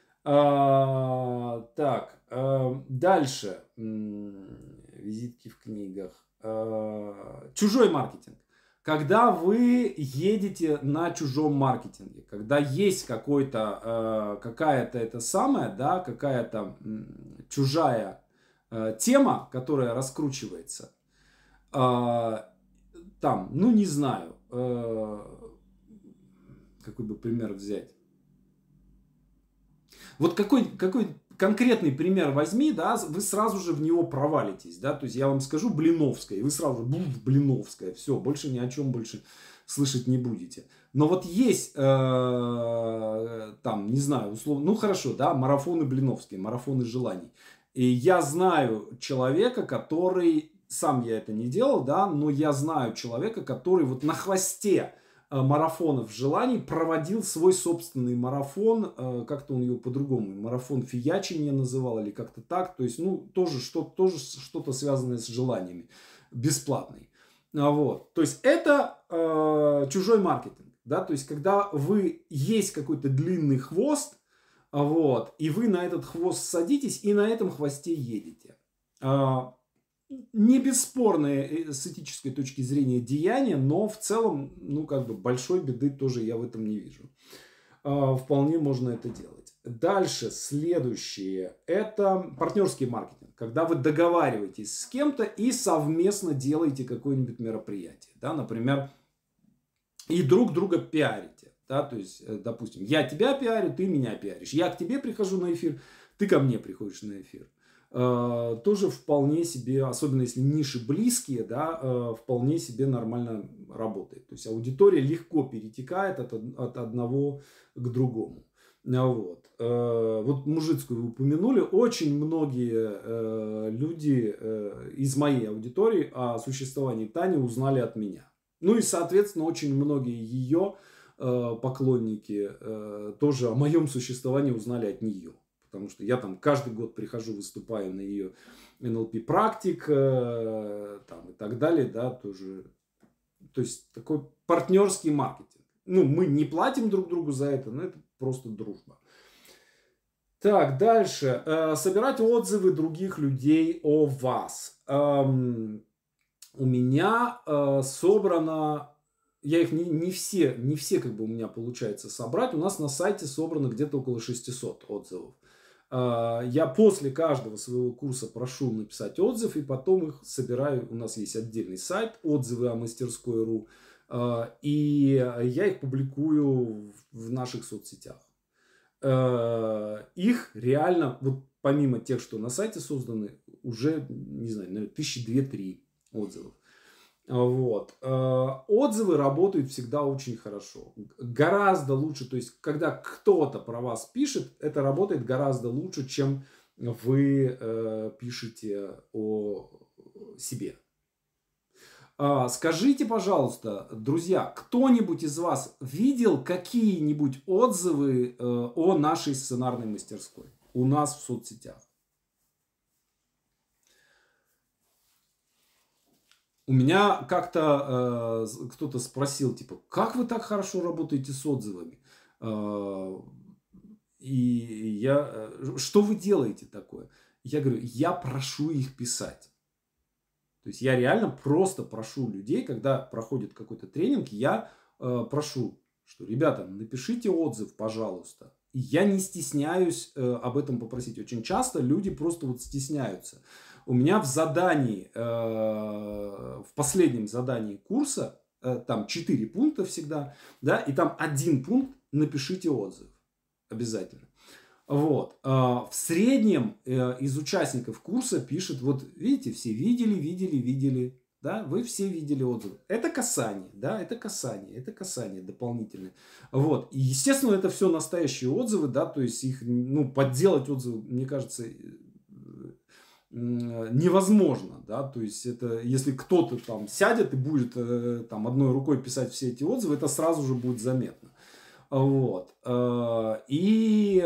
Так, дальше. Визитки в книгах. Чужой маркетинг. Когда вы едете на чужом маркетинге, когда есть какая-то чужая тема, которая раскручивается, не знаю, какой бы пример взять. Вот какой конкретный пример возьми, да, вы сразу же в него провалитесь, да, то есть я вам скажу Блиновская, и вы сразу же Блиновская, все, больше ни о чем больше слышать не будете. Но вот есть, не знаю, условно, хорошо, да, марафоны Блиновские, марафоны желаний. И я знаю человека, который, сам я это не делал, да, но я знаю человека, который вот на хвосте марафонов желаний проводил свой собственный марафон, как-то он его по-другому, марафон фиячения называл или как-то так, то есть, тоже что-то связанное с желаниями, бесплатный. Вот. То есть, это чужой маркетинг, да, то есть, когда есть какой-то длинный хвост, вот, и вы на этот хвост садитесь и на этом хвосте едете. Не бесспорное с этической точки зрения деяние, но в целом, большой беды тоже я в этом не вижу. Вполне можно это делать. Дальше, следующее, это партнерский маркетинг. Когда вы договариваетесь с кем-то и совместно делаете какое-нибудь мероприятие. Да, например, и друг друга пиарите. Да, то есть, допустим, я тебя пиарю, ты меня пиаришь. Я к тебе прихожу на эфир, ты ко мне приходишь на эфир. Тоже вполне себе, особенно если ниши близкие, да, вполне себе нормально работает. То есть аудитория легко перетекает от одного к другому. Вот. Вот мужицкую вы упомянули. Очень многие люди из моей аудитории о существовании Тани узнали от меня. Ну и, соответственно, очень многие ее поклонники тоже о моем существовании узнали от нее. Потому что я там каждый год прихожу, выступаю на ее НЛП практик там, и так далее, да, тоже. То есть такой партнерский маркетинг. Ну, мы не платим друг другу за это, но это просто дружба. Так, дальше. Собирать отзывы других людей о вас. У меня собрано... Я их не все как бы у меня получается собрать. У нас на сайте собрано где-то около 600 отзывов. Я после каждого своего курса прошу написать отзыв, и потом их собираю. У нас есть отдельный сайт «Отзывы о мастерской.ру», и я их публикую в наших соцсетях. Их реально, вот помимо тех, что на сайте созданы, уже, не знаю, наверное, 1002-3 отзывов. Вот. Отзывы работают всегда очень хорошо. Гораздо лучше, то есть, когда кто-то про вас пишет, это работает гораздо лучше, чем вы пишете о себе. Скажите, пожалуйста, друзья, кто-нибудь из вас видел какие-нибудь отзывы о нашей сценарной мастерской у нас в соцсетях? У меня как-то кто-то спросил, типа, как вы так хорошо работаете с отзывами? И я, что вы делаете такое? Я говорю, я прошу их писать. То есть я реально просто прошу людей, когда проходит какой-то тренинг, я прошу, что, ребята, напишите отзыв, пожалуйста. И я не стесняюсь об этом попросить. Очень часто люди просто вот стесняются. У меня в задании, в последнем задании курса, там 4 пункта всегда, да, и там 1 пункт «Напишите отзыв». Обязательно. Вот. В среднем из участников курса пишет, вот видите, все видели, да, вы все видели отзывы. Это касание, да, это касание дополнительное. Вот. И, естественно, это все настоящие отзывы, да, то есть их, ну, подделать отзывы, мне кажется, невозможно, да, то есть это, если кто-то там сядет и будет там одной рукой писать все эти отзывы, это сразу же будет заметно. Вот. И,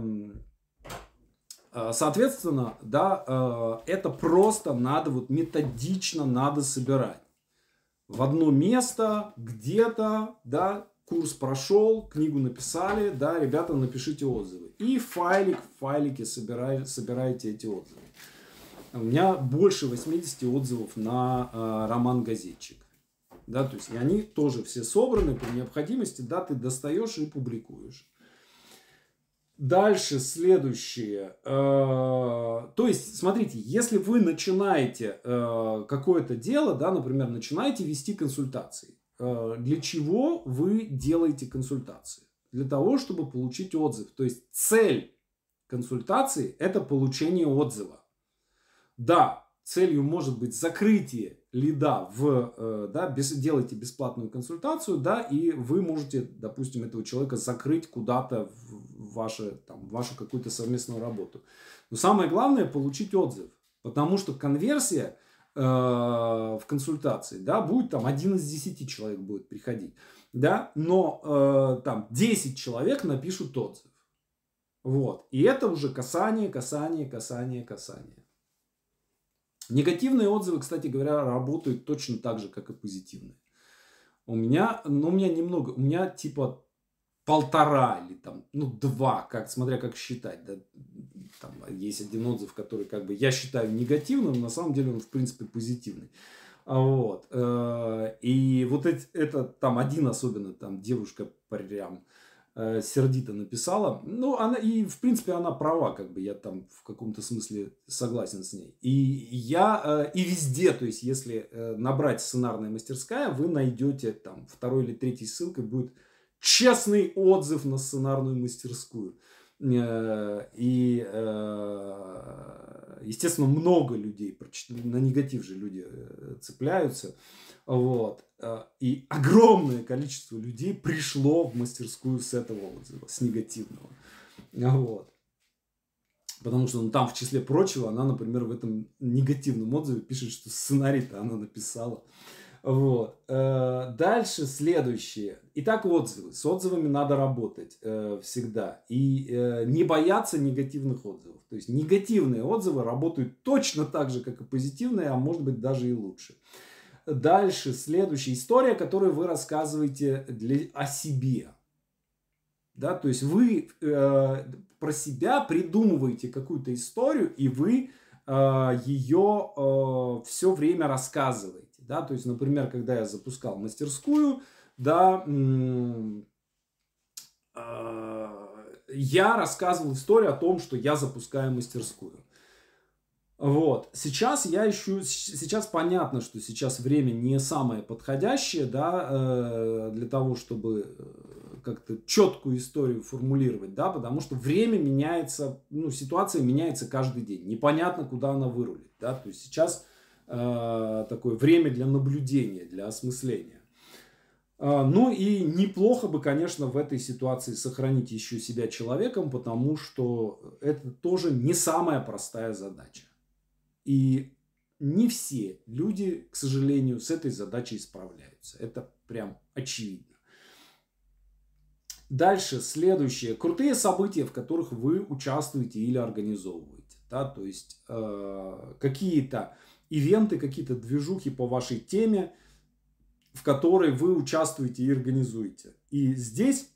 соответственно, да, это просто надо, вот методично надо собирать. В одно место, где-то, да, курс прошел, книгу написали, да, ребята, напишите отзывы. И в файлике собираете эти отзывы. У меня больше 80 отзывов на роман «Газетчик». Да, то есть, и они тоже все собраны при необходимости, да, ты достаешь и публикуешь. Дальше следующее. То есть, смотрите, если вы начинаете какое-то дело, да, например, начинаете вести консультации, для чего вы делаете консультации? Для того, чтобы получить отзыв. То есть, цель консультации – это получение отзыва. Да, целью может быть закрытие лида делаете бесплатную консультацию, да, и вы можете, допустим, этого человека закрыть куда-то в вашу какую-то совместную работу. Но самое главное получить отзыв, потому что конверсия в консультации, да, будет там 1 из 10 человек будет приходить, да, но там 10 человек напишут отзыв. Вот. И это уже касание. Негативные отзывы, кстати говоря, работают точно так же, как и позитивные. У меня немного, у меня типа 1,5 или там, 2, смотря как считать. Да, там есть один отзыв, который как бы я считаю негативным, но на самом деле он в принципе позитивный. Вот. И вот это там один особенно, там девушка прям сердито написала. Ну, она, и, в принципе, она права, как бы, я там в каком-то смысле согласен с ней. И я, и везде, то есть, если набрать «сценарная мастерская», вы найдете там второй или третьей ссылкой будет честный отзыв на сценарную мастерскую. И, естественно, много людей, на негатив же люди цепляются. Вот. И огромное количество людей пришло в мастерскую с этого отзыва, с негативного. Вот. Потому что ну, там, в числе прочего, она, например, в этом негативном отзыве пишет, что сценарий-то она написала. Вот. Дальше следующее. Итак, отзывы. С отзывами надо работать всегда. И не бояться негативных отзывов. То есть негативные отзывы работают точно так же, как и позитивные, а может быть даже и лучше. Дальше следующая история, которую вы рассказываете о себе. Да, то есть вы про себя придумываете какую-то историю, и вы ее все время рассказываете. Да? То есть, например, когда я запускал мастерскую, да, я рассказывал историю о том, что я запускаю мастерскую. Вот. Сейчас понятно, что сейчас время не самое подходящее, да, для того, чтобы как-то четкую историю формулировать, да, потому что время меняется, ну, ситуация меняется каждый день. Непонятно, куда она вырулит, да, то есть сейчас такое время для наблюдения, для осмысления. Ну и неплохо бы, конечно, в этой ситуации сохранить еще себя человеком, потому что это тоже не самая простая задача. И не все люди, к сожалению, с этой задачей справляются. Это прям очевидно. Дальше, следующее. Крутые события, в которых вы участвуете или организовываете. Да? То есть какие-то ивенты, какие-то движухи по вашей теме, в которой вы участвуете и организуете. И здесь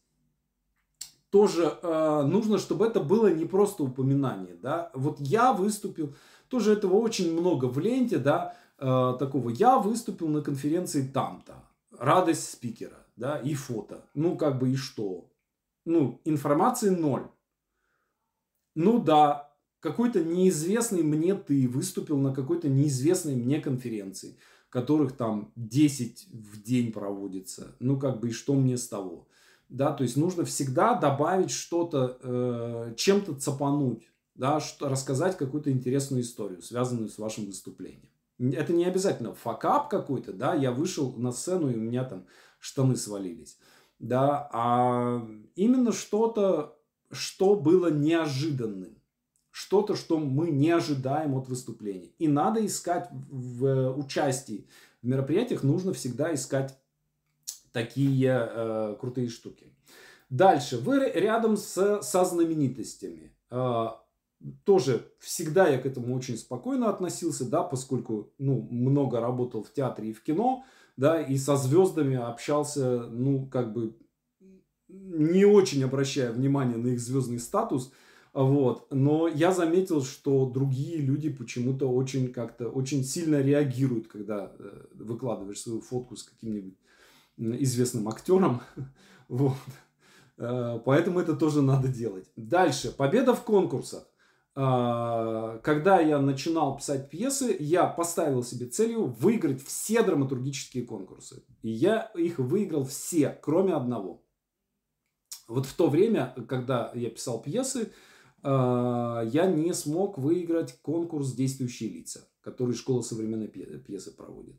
тоже нужно, чтобы это было не просто упоминание. Да? Вот я выступил, тоже этого очень много в ленте, да, такого. Я выступил на конференции там-то. Радость спикера, да, и фото. Ну, как бы и что? Ну, информации ноль. Ну да, какой-то неизвестный мне ты выступил на какой-то неизвестной мне конференции, которых там 10 в день проводится. Ну, как бы и что мне с того? Да, то есть нужно всегда добавить что-то, чем-то цапануть, да, рассказать какую-то интересную историю, связанную с вашим выступлением. Это не обязательно факап какой-то, да, я вышел на сцену и у меня там штаны свалились, да, а именно что-то, что было неожиданным, что-то, что мы не ожидаем от выступления. И надо искать в участии в мероприятиях, нужно всегда искать такие крутые штуки. Дальше. Вы рядом со знаменитостями. Тоже всегда я к этому очень спокойно относился, да, поскольку ну, много работал в театре и в кино, да, и со звездами общался, ну, как бы не очень обращая внимания на их звездный статус, вот, но я заметил, что другие люди почему-то очень как-то очень сильно реагируют, когда выкладываешь свою фотку с каким-нибудь известным актером, вот. Поэтому это тоже надо делать. Дальше. Победа в конкурсах. Когда я начинал писать пьесы, я поставил себе целью выиграть все драматургические конкурсы. И я их выиграл все, кроме одного. Вот в то время, когда я писал пьесы, я не смог выиграть конкурс «Действующие лица», который школа современной пьесы проводит.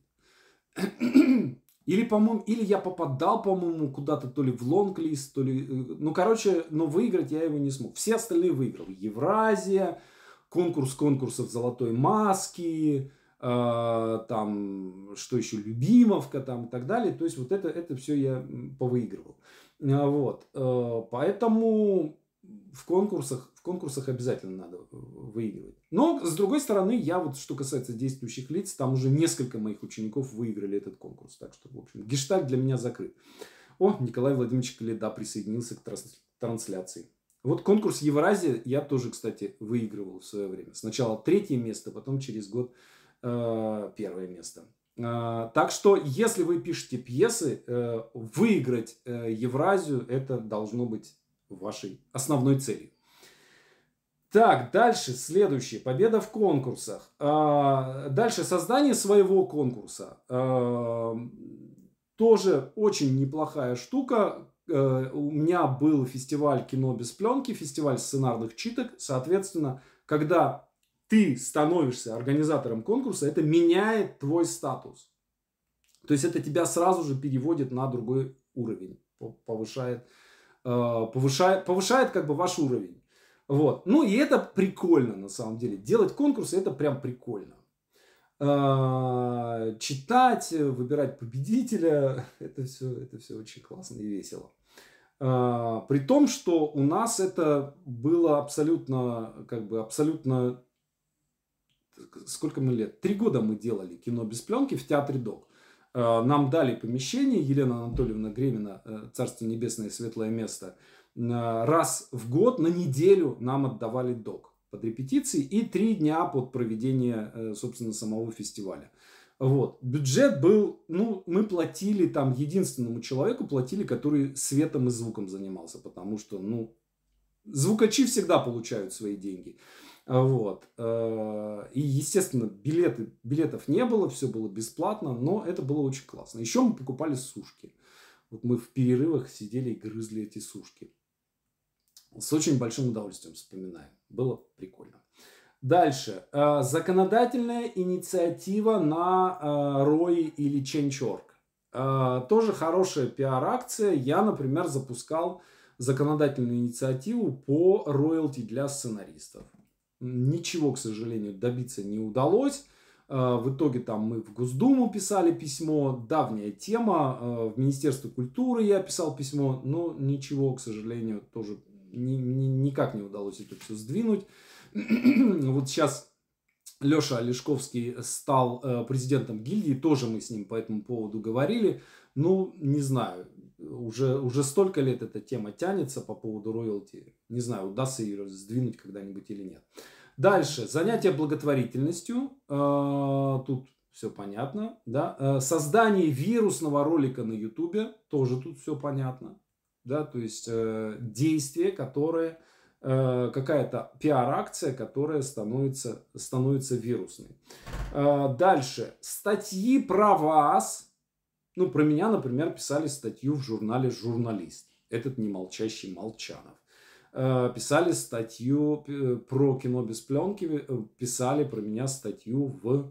Или, по-моему, или я попадал, по-моему, куда-то то ли в лонг-лист, то ли... Ну, короче, но выиграть я его не смог. Все остальные выиграл. Евразия, конкурс конкурсов «Золотой маски», там, что еще, Любимовка, там, и так далее. То есть, вот это все я повыигрывал. Вот. Поэтому в конкурсах обязательно надо выигрывать. Но, с другой стороны, я вот, что касается действующих лиц, там уже несколько моих учеников выиграли этот конкурс. Так что, в общем, гештальт для меня закрыт. О, Николай Владимирович Коляда присоединился к трансляции. Вот конкурс Евразия я тоже, кстати, выигрывал в свое время. Сначала 3-е место, потом через год 1-е место. Так что, если вы пишете пьесы, выиграть Евразию, это должно быть вашей основной целью. Так, дальше, следующее. Победа в конкурсах. Дальше, создание своего конкурса. Тоже очень неплохая штука. У меня был фестиваль кино без пленки, фестиваль сценарных читок. Соответственно, когда ты становишься организатором конкурса, это меняет твой статус. То есть это тебя сразу же переводит на другой уровень, повышает как бы ваш уровень. Вот. Ну и это прикольно на самом деле. Делать конкурсы это прям прикольно. Читать, выбирать победителя, это все очень классно и весело. При том, что у нас это было абсолютно, сколько мы лет? 3 года мы делали кино без пленки в театре ДОК. Нам дали помещение, Елена Анатольевна Гремина, Царство Небесное, светлое место, раз в год на неделю нам отдавали ДОК под репетиции и 3 дня под проведение, собственно, самого фестиваля. Вот. Бюджет был, мы платили там единственному человеку, который светом и звуком занимался, потому что, звукачи всегда получают свои деньги. Вот. И, естественно, билетов не было, все было бесплатно, но это было очень классно. Еще мы покупали сушки. Вот мы в перерывах сидели и грызли эти сушки. С очень большим удовольствием вспоминаем. Было прикольно. Дальше. Законодательная инициатива на ROI или Change.org. Тоже хорошая пиар-акция. Я, например, запускал законодательную инициативу по роялти для сценаристов. Ничего, к сожалению, добиться не удалось. В итоге там мы в Госдуму писали письмо. Давняя тема. В Министерство культуры я писал письмо. Но ничего, к сожалению, тоже никак не удалось это все сдвинуть. Вот сейчас Леша Олешковский стал президентом гильдии. Тоже мы с ним по этому поводу говорили. Не знаю. Уже столько лет эта тема тянется по поводу роялти. Не знаю, удастся ее сдвинуть когда-нибудь или нет. Дальше. Занятие благотворительностью. Тут все понятно. Да? Создание вирусного ролика на Ютубе. Тоже тут все понятно. Да? То есть действие, которое... какая-то пиар-акция, которая становится вирусной. Дальше. Статьи про вас. Про меня, например, писали статью в журнале «Журналист». Этот немолчащий Молчанов. Писали статью про кино без пленки. Писали про меня статью в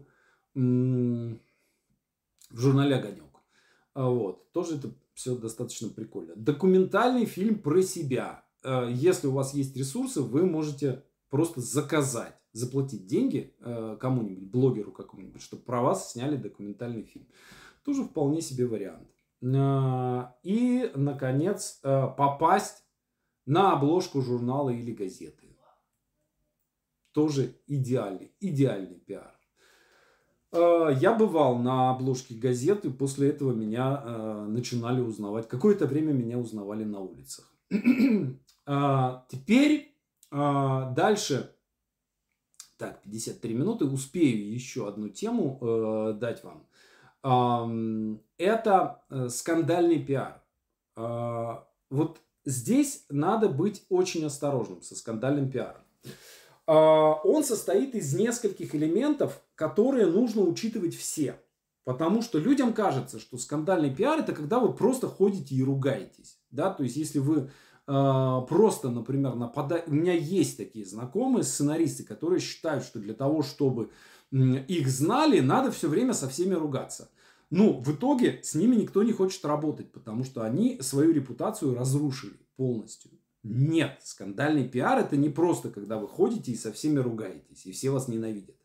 журнале «Огонек». Вот. Тоже это все достаточно прикольно. Документальный фильм про себя. Если у вас есть ресурсы, вы можете просто заплатить деньги кому-нибудь, блогеру какому-нибудь, чтобы про вас сняли документальный фильм. Тоже вполне себе вариант. И, наконец, попасть на обложку журнала или газеты. Тоже идеальный пиар. Я бывал на обложке газеты, после этого меня начинали узнавать. Какое-то время меня узнавали на улицах. Теперь дальше. Так, 53 минуты. Успею еще одну тему дать вам. Это скандальный пиар. Вот здесь надо быть очень осторожным со скандальным пиаром. Он состоит из нескольких элементов, которые нужно учитывать все. Потому что людям кажется, что скандальный пиар это когда вы просто ходите и ругаетесь. Да? То есть, если вы просто, например, нападаете... У меня есть такие знакомые сценаристы, которые считают, что для того, чтобы их знали, надо все время со всеми ругаться. В итоге с ними никто не хочет работать, потому что они свою репутацию разрушили полностью. Нет, скандальный пиар это не просто, когда вы ходите и со всеми ругаетесь, и все вас ненавидят.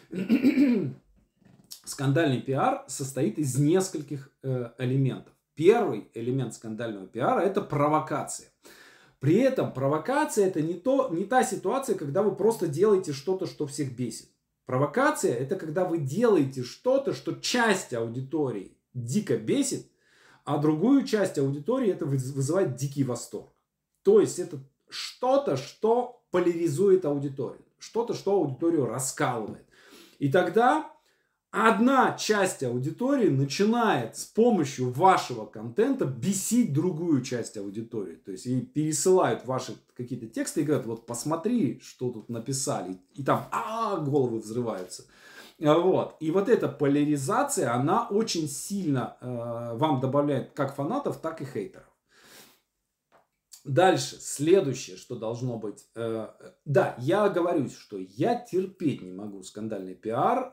Скандальный пиар состоит из нескольких элементов. Первый элемент скандального пиара это провокация. При этом провокация это не та ситуация, когда вы просто делаете что-то, что всех бесит. Провокация это когда вы делаете что-то, что часть аудитории дико бесит, а другую часть аудитории это вызывает дикий восторг. То есть это что-то, что поляризует аудиторию. Что-то, что аудиторию раскалывает. И тогда одна часть аудитории начинает с помощью вашего контента бесить другую часть аудитории. То есть ей пересылают ваши какие-то тексты и говорят, вот посмотри, что тут написали. И там головы взрываются. Вот. И вот эта поляризация, она очень сильно вам добавляет как фанатов, так и хейтеров. Дальше, следующее, что должно быть. Да, я оговорюсь, что я терпеть не могу скандальный пиар,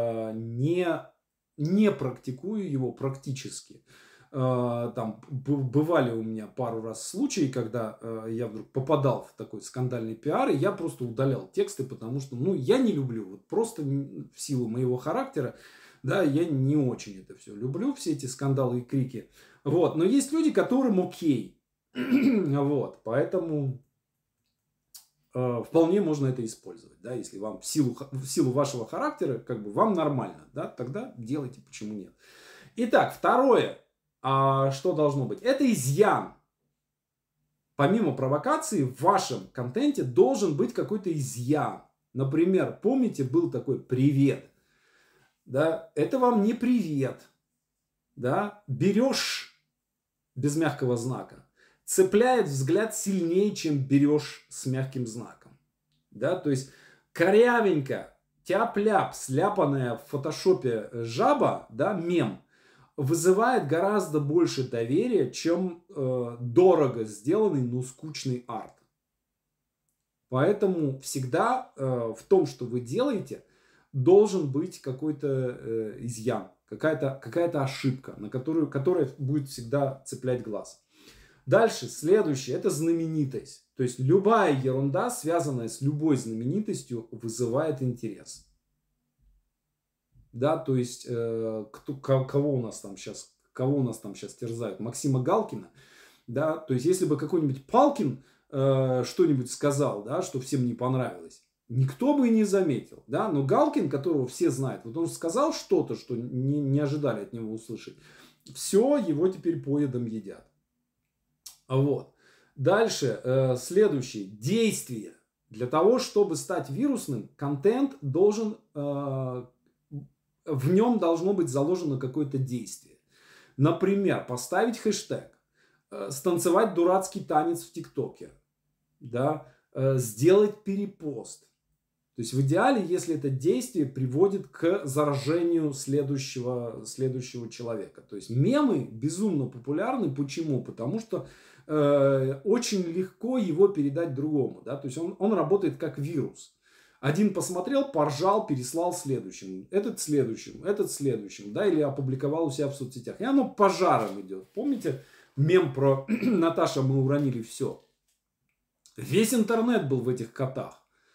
не практикую его практически. Там бывали у меня пару раз случаи, когда я вдруг попадал в такой скандальный пиар, и я просто удалял тексты, потому что, я не люблю, вот просто в силу моего характера, да, я не очень это все люблю, все эти скандалы и крики. Вот, но есть люди, которым окей. Вот, поэтому вполне можно это использовать, да, если вам в силу вашего характера, как бы вам нормально, да, тогда делайте, почему нет. Итак, второе, что должно быть, это изъян. Помимо провокации, в вашем контенте должен быть какой-то изъян. Например, помните, был такой привет, да, это вам не привет, да, берешь без мягкого знака. Цепляет взгляд сильнее, чем берешь с мягким знаком. Да, то есть корявенько, тяп-ляп, сляпанная в фотошопе жаба, да, мем, вызывает гораздо больше доверия, чем дорого сделанный, но скучный арт. Поэтому всегда в том, что вы делаете, должен быть какой-то изъян, какая-то ошибка, которая будет всегда цеплять глаз. Дальше, следующее, это знаменитость. То есть любая ерунда, связанная с любой знаменитостью, вызывает интерес. Да, то есть кого у нас там сейчас терзают? Максима Галкина. Да, то есть если бы какой-нибудь Палкин что-нибудь сказал, да, что всем не понравилось, никто бы и не заметил. Да? Но Галкин, которого все знают, вот он сказал что-то, что не ожидали от него услышать. Все, его теперь поедом едят. Вот. Дальше, следующее. Действие. Для того, чтобы стать вирусным, контент должен, в нем должно быть заложено какое-то действие. Например, поставить хэштег, станцевать дурацкий танец в ТикТоке, да, сделать перепост. То есть в идеале, если это действие приводит к заражению следующего человека. То есть мемы безумно популярны. Почему? Потому что очень легко его передать другому. Да? То есть он работает как вирус. Один посмотрел, поржал, переслал следующему. Этот следующему. Да? Или опубликовал у себя в соцсетях. И оно пожаром идет. Помните мем про «Наташа, мы уронили все»? Весь интернет был в этих котах.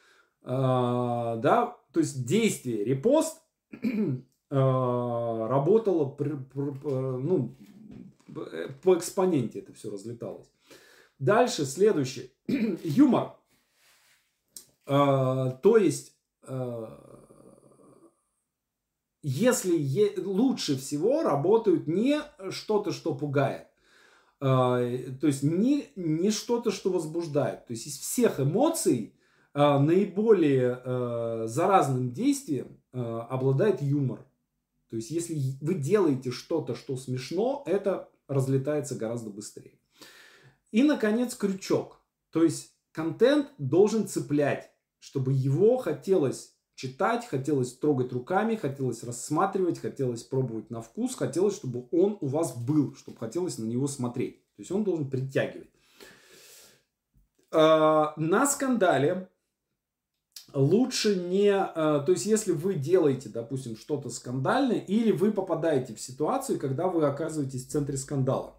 Да, то есть действие репост работало по экспоненте, это все разлеталось. Дальше следующее. Юмор. То есть если лучше всего работают не что-то, что пугает, то есть не что-то, что возбуждает. То есть из всех эмоций наиболее заразным действием обладает юмор. То есть если вы делаете что-то, что смешно, это разлетается гораздо быстрее. И, наконец, крючок. То есть контент должен цеплять, чтобы его хотелось читать, хотелось трогать руками, хотелось рассматривать, хотелось пробовать на вкус, хотелось, чтобы он у вас был, чтобы хотелось на него смотреть. То есть он должен притягивать. На скандале лучше не... То есть если вы делаете, допустим, что-то скандальное, или вы попадаете в ситуацию, когда вы оказываетесь в центре скандала.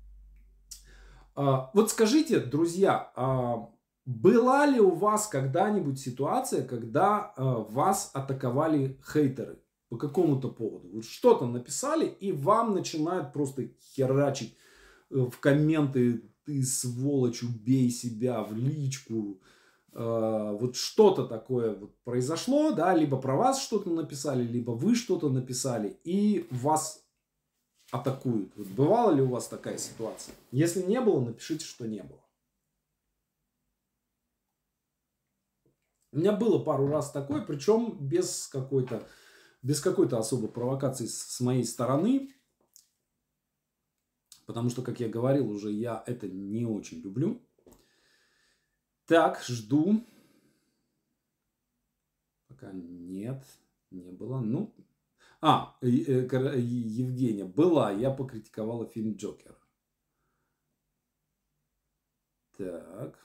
Вот скажите, друзья, была ли у вас когда-нибудь ситуация, когда вас атаковали хейтеры по какому-то поводу? Вы что-то написали, и вам начинают просто херачить в комменты: ты сволочь, убей себя, в личку. Вот что-то такое вот произошло, да, либо про вас что-то написали, либо вы что-то написали, и вас атакуют. Вот бывала ли у вас такая ситуация? Если не было, напишите, что не было. У меня было пару раз такое, причем без какой-то без какой-то особой провокации с моей стороны, потому что, как я говорил уже, я это не очень люблю. Так, жду. Пока нет, не было. Ну, Евгения, была, я покритиковала фильм «Джокер». Так.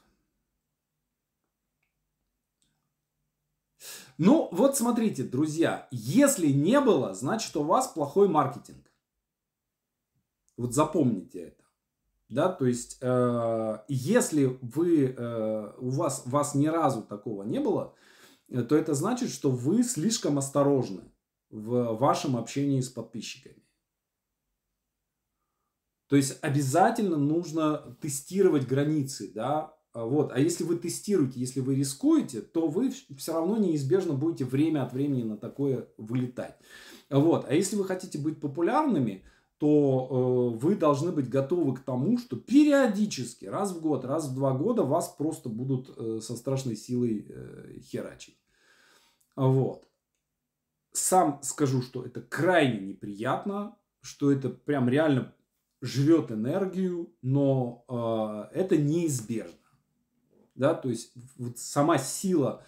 Ну, вот смотрите, друзья, если не было, значит, у вас плохой маркетинг. Вот запомните это. Да, то есть, если у вас ни разу такого не было, то это значит, что вы слишком осторожны в вашем общении с подписчиками. То есть, обязательно нужно тестировать границы, да. Вот. А если вы тестируете, если вы рискуете, то вы все равно неизбежно будете время от времени на такое вылетать. Вот. А если вы хотите быть популярными, то вы должны быть готовы к тому, что периодически, раз в год, раз в 2 года вас просто будут со страшной силой херачить. Вот. Сам скажу, что это крайне неприятно, что это прям реально жрет энергию, но это неизбежно. Да, то есть вот сама сила,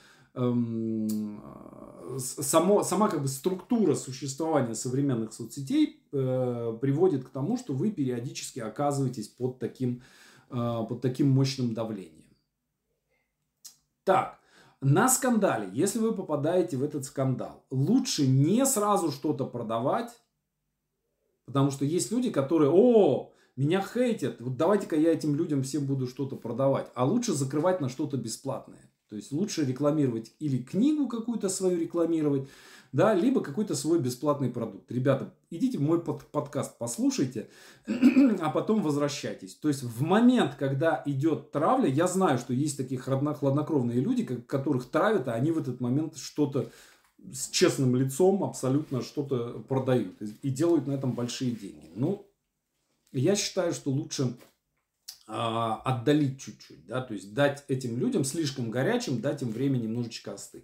сама как бы структура существования современных соцсетей приводит к тому, что вы периодически оказываетесь под таким мощным давлением. Так, на скандале, если вы попадаете в этот скандал, лучше не сразу что-то продавать, потому что есть люди, которые, меня хейтят, вот давайте-ка я этим людям всем буду что-то продавать. А лучше закрывать на что-то бесплатное. То есть лучше рекламировать или книгу какую-то свою рекламировать, да, либо какой-то свой бесплатный продукт. Ребята, идите в мой подкаст, послушайте, а потом возвращайтесь. То есть в момент, когда идет травля, я знаю, что есть такие хладнокровные люди, которых травят, а они в этот момент что-то с честным лицом абсолютно что-то продают и делают на этом большие деньги. Ну, я считаю, что лучше отдалить чуть-чуть, да, то есть дать этим людям слишком горячим, дать им время немножечко остыть.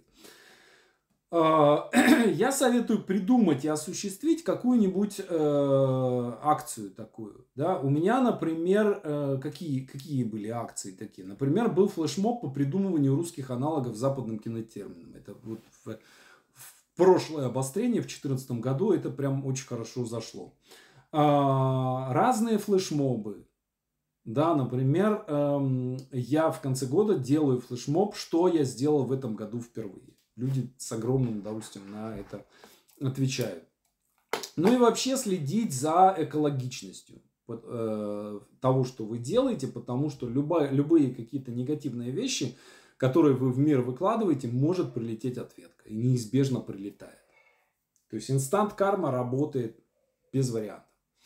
Я советую придумать и осуществить какую-нибудь акцию такую. Да? У меня, например, какие были акции такие? Например, был флешмоб по придумыванию русских аналогов западным кинотерминам. Это вот в прошлое обострение в 2014 году это прям очень хорошо зашло. Разные флешмобы. Да, например, я в конце года делаю флешмоб, что я сделал в этом году впервые. Люди с огромным удовольствием на это отвечают. Ну и вообще следить за экологичностью того, что вы делаете, потому что любые какие-то негативные вещи, которые вы в мир выкладываете, может прилететь ответка. И неизбежно прилетает. То есть инстант-карма работает без вариантов.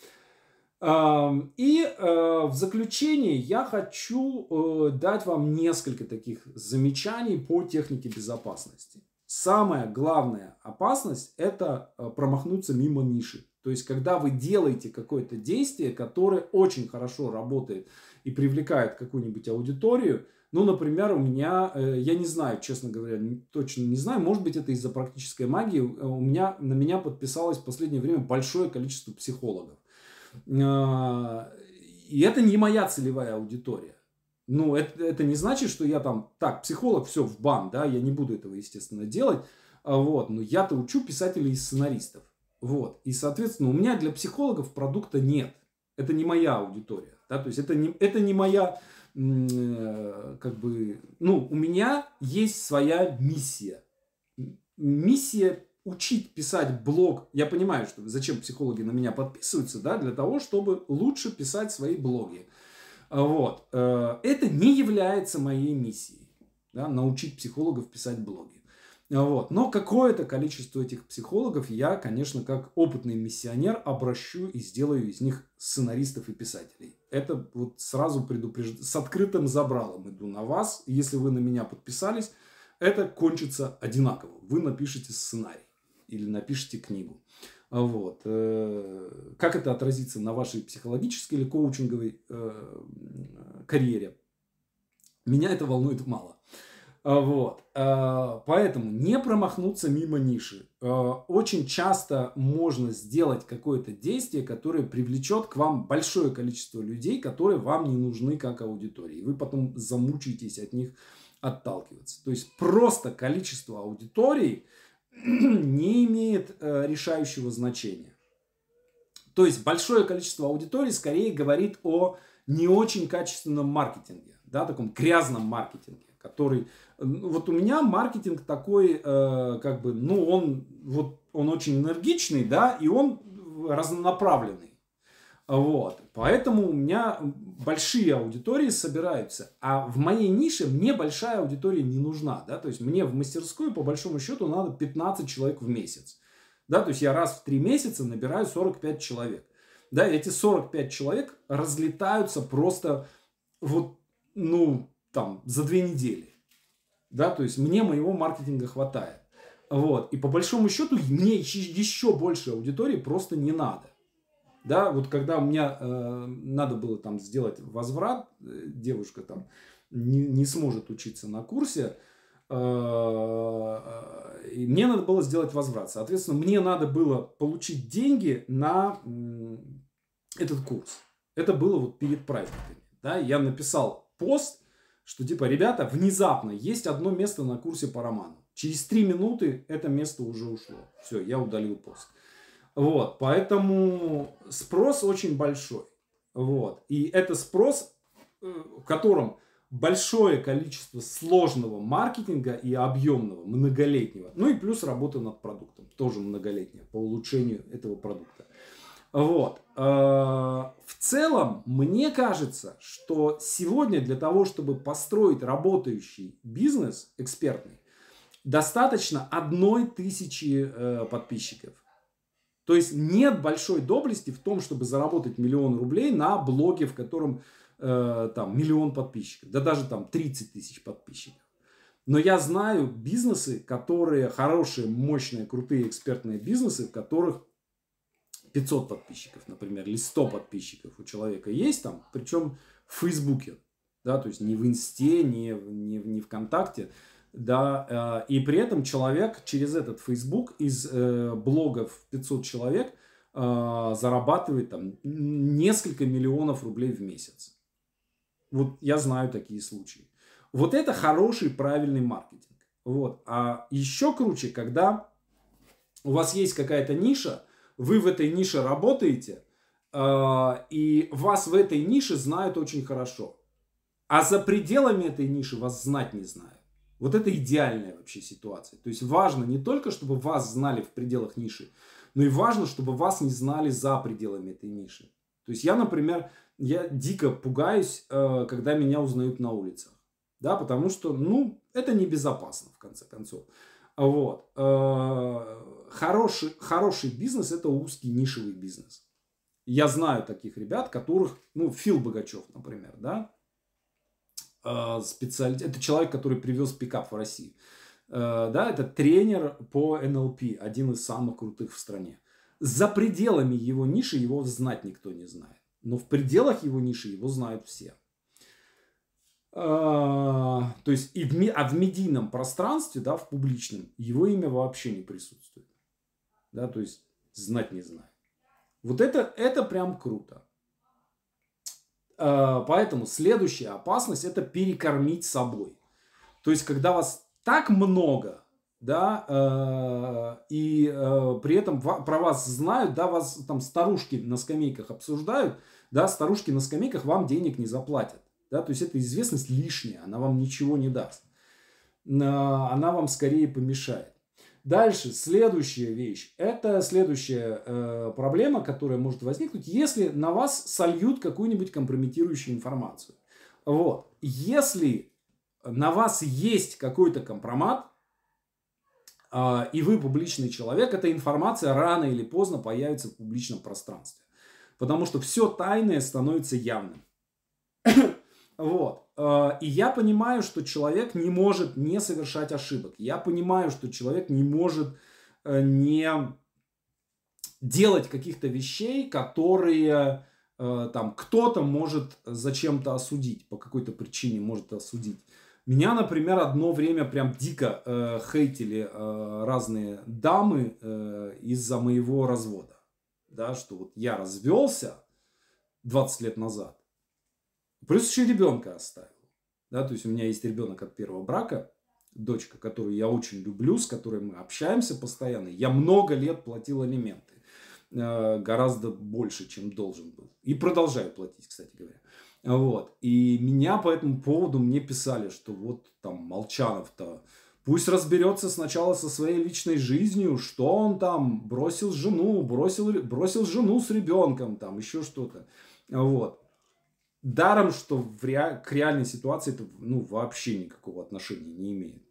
И в заключение я хочу дать вам несколько таких замечаний по технике безопасности. Самая главная опасность – это промахнуться мимо ниши. То есть, когда вы делаете какое-то действие, которое очень хорошо работает и привлекает какую-нибудь аудиторию, ну, например, у меня, я не знаю, честно говоря, точно не знаю, может быть, это из-за практической магии, на меня подписалось в последнее время большое количество психологов. И это не моя целевая аудитория. Ну, это не значит, что я там, психолог, все, в бан, да, я не буду этого, естественно, делать. Вот, но я-то учу писателей и сценаристов. Вот, и, соответственно, у меня для психологов продукта нет. Это не моя аудитория, да, то есть это не моя, у меня есть своя миссия. Миссия учить писать блог. Я понимаю, что зачем психологи на меня подписываются, да, для того, чтобы лучше писать свои блоги. Вот. Это не является моей миссией, да, научить психологов писать блоги. Вот. Но какое-то количество этих психологов я, конечно, как опытный миссионер обращу и сделаю из них сценаристов и писателей. Это вот сразу предупреждаю. С открытым забралом иду на вас. Если вы на меня подписались, это кончится одинаково. Вы напишите сценарий или напишите книгу. Вот. Как это отразится на вашей психологической или коучинговой карьере? Меня это волнует мало. Вот. Поэтому не промахнуться мимо ниши. Очень часто можно сделать какое-то действие, которое привлечет к вам большое количество людей, которые вам не нужны как аудитории. И вы потом замучаетесь от них отталкиваться. То есть просто количество аудиторий не имеет решающего значения. То есть большое количество аудиторий скорее говорит о не очень качественном маркетинге, да, таком грязном маркетинге, который, вот у меня маркетинг такой, как бы, ну, он очень энергичный, да, и он разнонаправленный. Вот. Поэтому у меня большие аудитории собираются. А в моей нише мне большая аудитория не нужна. Да? То есть мне в мастерскую, по большому счету, надо 15 человек в месяц. Да? То есть я раз в 3 месяца набираю 45 человек. Да? И эти 45 человек разлетаются просто вот, ну, там, за 2 недели. Да? То есть мне моего маркетинга хватает. Вот. И по большому счету мне еще больше аудитории просто не надо. Да, вот когда у меня надо было там сделать возврат, девушка там не сможет учиться на курсе, и мне надо было сделать возврат. Соответственно, мне надо было получить деньги на этот курс. Это было вот перед праздниками. Да? Я написал пост, что типа, ребята, внезапно есть одно место на курсе по роману. Через 3 минуты это место уже ушло. Все, я удалил пост. Вот, поэтому спрос очень большой. Вот. И это спрос, в котором большое количество сложного маркетинга и объемного, многолетнего. Ну и плюс работа над продуктом, тоже многолетняя, по улучшению этого продукта. Вот. В целом, мне кажется, что сегодня для того, чтобы построить работающий бизнес экспертный, достаточно 1000 подписчиков. То есть нет большой доблести в том, чтобы заработать 1 000 000 рублей на блоге, в котором там 1 000 000 подписчиков. Да даже там 30 000 подписчиков. Но я знаю бизнесы, которые хорошие, мощные, крутые экспертные бизнесы, в которых 500 подписчиков, например, или 100 подписчиков у человека есть там. Причем в Фейсбуке. Да, то есть не в Инсте, не ВКонтакте. Да, и при этом человек через этот Facebook из блогов 500 человек зарабатывает там несколько миллионов рублей в месяц. Вот я знаю такие случаи. Вот это хороший, правильный маркетинг. Вот. А еще круче, когда у вас есть какая-то ниша, вы в этой нише работаете, и вас в этой нише знают очень хорошо. А за пределами этой ниши вас знать не знают. Вот это идеальная вообще ситуация. То есть важно не только, чтобы вас знали в пределах ниши, но и важно, чтобы вас не знали за пределами этой ниши. То есть я, например, я дико пугаюсь, когда меня узнают на улицах. Да, потому что, ну, это небезопасно, в конце концов. Вот. Хороший бизнес – это узкий нишевый бизнес. Я знаю таких ребят, которых, ну, Фил Богачев, например, да, это человек, который привез пикап в Россию. Да, это тренер по НЛП, один из самых крутых в стране. За пределами его ниши его знать никто не знает. Но в пределах его ниши его знают все. То есть в медийном пространстве, да, в публичном, его имя вообще не присутствует. Да, то есть знать не знает. Вот это прям круто. Поэтому следующая опасность – это перекормить собой. То есть, когда вас так много, да, и при этом про вас знают, да, вас там старушки на скамейках обсуждают, да, старушки на скамейках вам денег не заплатят. Да, то есть, эта известность лишняя, она вам ничего не даст. Она вам скорее помешает. Дальше, следующая вещь. Это следующая проблема, которая может возникнуть, если на вас сольют какую-нибудь компрометирующую информацию. Вот. Если на вас есть какой-то компромат, и вы публичный человек, эта информация рано или поздно появится в публичном пространстве. Потому что все тайное становится явным. Вот. И я понимаю, что человек не может не совершать ошибок. Я понимаю, что человек не может не делать каких-то вещей, которые там кто-то может зачем-то осудить, по какой-то причине может осудить. Меня, например, одно время прям дико хейтили разные дамы из-за моего развода. Да, что вот я развелся 20 лет назад, плюс еще ребенка оставил. Да, то есть у меня есть ребенок от первого брака, дочка, которую я очень люблю, с которой мы общаемся постоянно. Я много лет платил алименты. Гораздо больше, чем должен был. И продолжаю платить, кстати говоря. Вот. И меня по этому поводу мне писали, что вот там Молчанов-то пусть разберется сначала со своей личной жизнью, что он там бросил жену, бросил жену с ребенком, там еще что-то. Вот. Даром, что к реальной ситуации это вообще никакого отношения не имеет.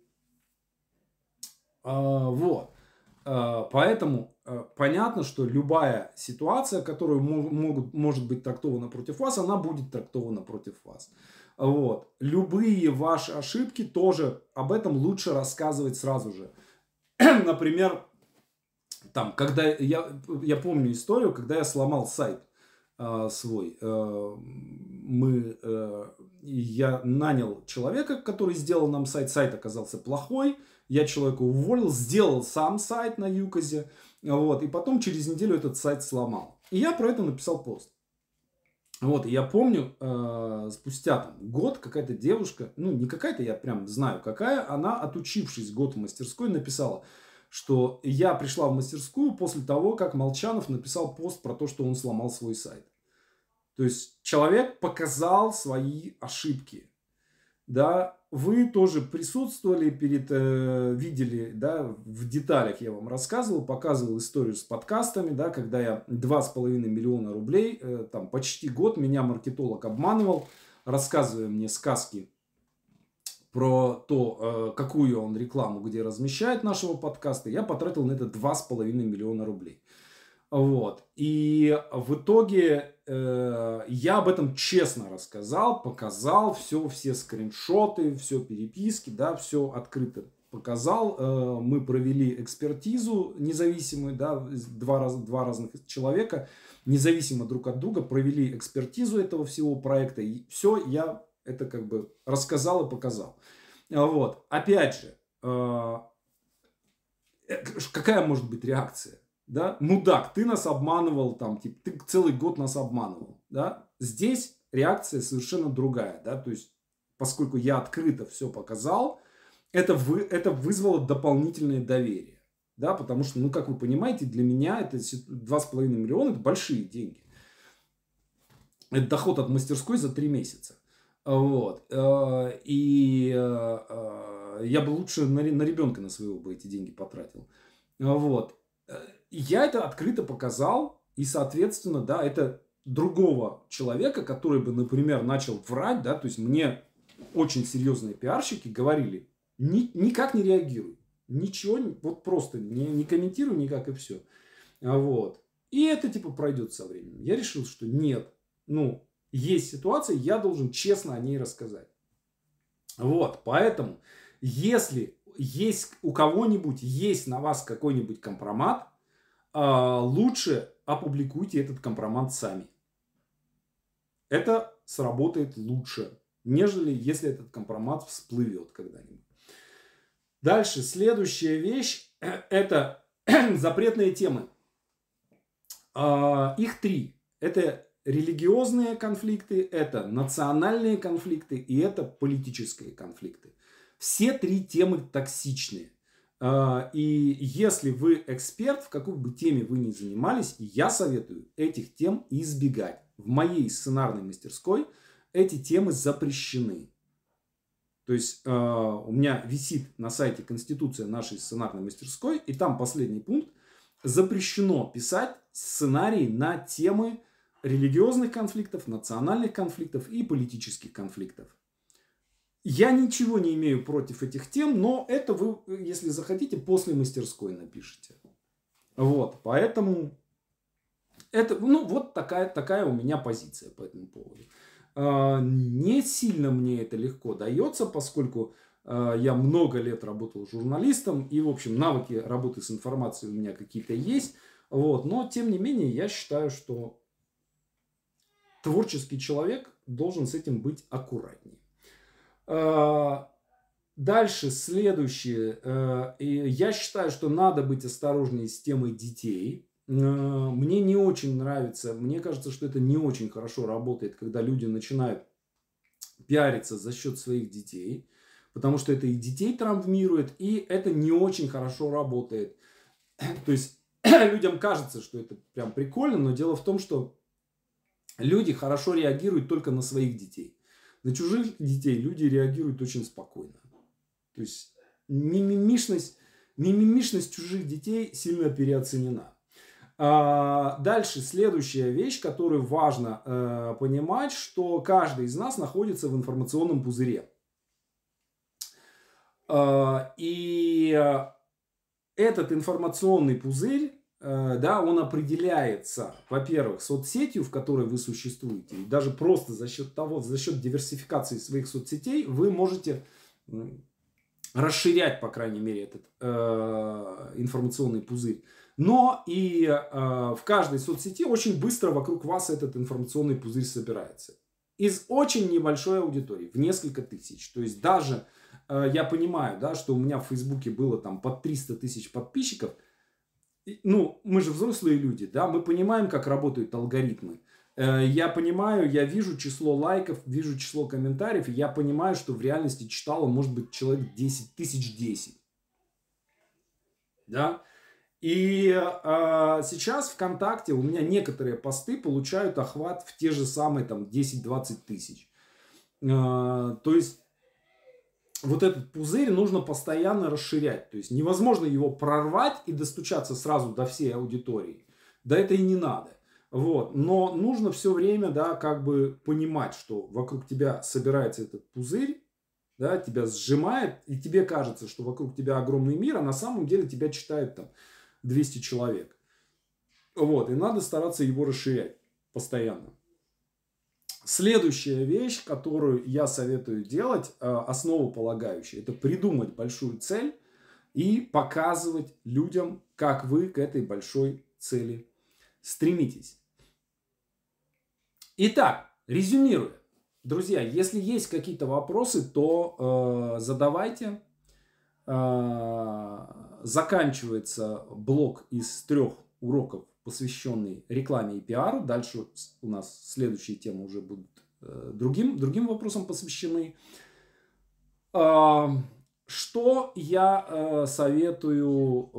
Вот. Поэтому понятно, что любая ситуация, которая может быть трактована против вас, она будет трактована против вас. Вот. Любые ваши ошибки тоже об этом лучше рассказывать сразу же. Например, там, когда я помню историю, когда я сломал сайт свой. Я нанял человека, который сделал нам сайт. Сайт оказался плохой. Я человека уволил, сделал сам сайт на Юкозе. Вот, и потом через неделю этот сайт сломал. И я про это написал пост. Вот, и я помню, спустя там год какая-то девушка, не какая-то, я прям знаю какая, она, отучившись год в мастерской, написала, что я пришла в мастерскую после того, как Молчанов написал пост про то, что он сломал свой сайт. То есть человек показал свои ошибки. Да, вы тоже присутствовали, видели, да, в деталях я вам рассказывал, показывал историю с подкастами, да, когда я 2,5 миллиона рублей, там почти год меня маркетолог обманывал, рассказывая мне сказки про то, какую он рекламу где размещает нашего подкаста. Я потратил на это 2,5 миллиона рублей. Вот. И в итоге я об этом честно рассказал, показал все скриншоты, все переписки, да, все открыто показал. Мы провели экспертизу независимую, да, два разных человека, независимо друг от друга, провели экспертизу этого всего проекта. И все я это как бы рассказал и показал. Вот. Опять же, какая может быть реакция? Да? Мудак, ты нас обманывал, там, типа, ты целый год нас обманывал. Да? Здесь реакция совершенно другая. Да? То есть, поскольку я открыто все показал, это вызвало дополнительное доверие. Да? Потому что, как вы понимаете, для меня это 2,5 миллиона, это большие деньги. Это доход от мастерской за 3 месяца. Вот. И я бы лучше на ребенка на своего бы эти деньги потратил. Вот. Я это открыто показал, и, соответственно, да, это другого человека, который бы, например, начал врать, да, то есть мне очень серьезные пиарщики говорили, никак не реагируй, ничего, вот просто не комментируй никак и все. Вот. И это типа пройдет со временем. Я решил, что нет, есть ситуация, я должен честно о ней рассказать. Вот, поэтому, если есть у кого-нибудь есть на вас какой-нибудь компромат, лучше опубликуйте этот компромат сами. Это сработает лучше, нежели если этот компромат всплывет когда-нибудь. Дальше, следующая вещь, это запретные темы. Их 3. Это религиозные конфликты, это национальные конфликты и это политические конфликты. Все 3 темы токсичные. И если вы эксперт, в какой бы теме вы ни занимались, я советую этих тем избегать. В моей сценарной мастерской эти темы запрещены. То есть у меня висит на сайте Конституция нашей сценарной мастерской, и там последний пункт: запрещено писать сценарии на темы религиозных конфликтов, национальных конфликтов и политических конфликтов. Я ничего не имею против этих тем, но это вы, если захотите, после мастерской напишите. Вот, поэтому это, вот такая у меня позиция по этому поводу. Не сильно мне это легко дается, поскольку я много лет работал журналистом, и, в общем, навыки работы с информацией у меня какие-то есть. Вот, но, тем не менее, я считаю, что творческий человек должен с этим быть аккуратнее. Дальше, следующее. Я считаю, что надо быть осторожнее с темой детей. Мне не очень нравится, мне кажется, что это не очень хорошо работает, когда люди начинают пиариться за счет своих детей, потому что это и детей травмирует, и это не очень хорошо работает. То есть людям кажется, что это прям прикольно, но дело в том, что люди хорошо реагируют только на своих детей. На чужих детей люди реагируют очень спокойно. То есть мимимишность чужих детей сильно переоценена. Дальше следующая вещь, которую важно понимать, что каждый из нас находится в информационном пузыре. И этот информационный пузырь, да, он определяется, во-первых, соцсетью, в которой вы существуете. И даже просто за счет диверсификации своих соцсетей вы можете расширять, по крайней мере, этот информационный пузырь. Но и в каждой соцсети очень быстро вокруг вас этот информационный пузырь собирается. Из очень небольшой аудитории, в несколько тысяч. То есть даже я понимаю, да, что у меня в Фейсбуке было там под 300 тысяч подписчиков. Ну, мы же взрослые люди, да, мы понимаем, как работают алгоритмы. Я понимаю, я вижу число лайков, вижу число комментариев, и я понимаю, что в реальности читало, может быть, человек 10 тысяч 10. Да? И сейчас ВКонтакте у меня некоторые посты получают охват в те же самые там 10-20 тысяч. То есть вот этот пузырь нужно постоянно расширять. То есть невозможно его прорвать и достучаться сразу до всей аудитории. Да это и не надо. Вот. Но нужно все время, да, как бы понимать, что вокруг тебя собирается этот пузырь, да, тебя сжимает, и тебе кажется, что вокруг тебя огромный мир, а на самом деле тебя читают там 200 человек. Вот. И надо стараться его расширять постоянно. Следующая вещь, которую я советую делать, основополагающая, это придумать большую цель и показывать людям, как вы к этой большой цели стремитесь. Итак, резюмируя, друзья, если есть какие-то вопросы, то задавайте. Заканчивается блок из 3 уроков, посвященный рекламе и пиару. Дальше у нас следующие темы уже будут другим вопросам посвящены. Что я советую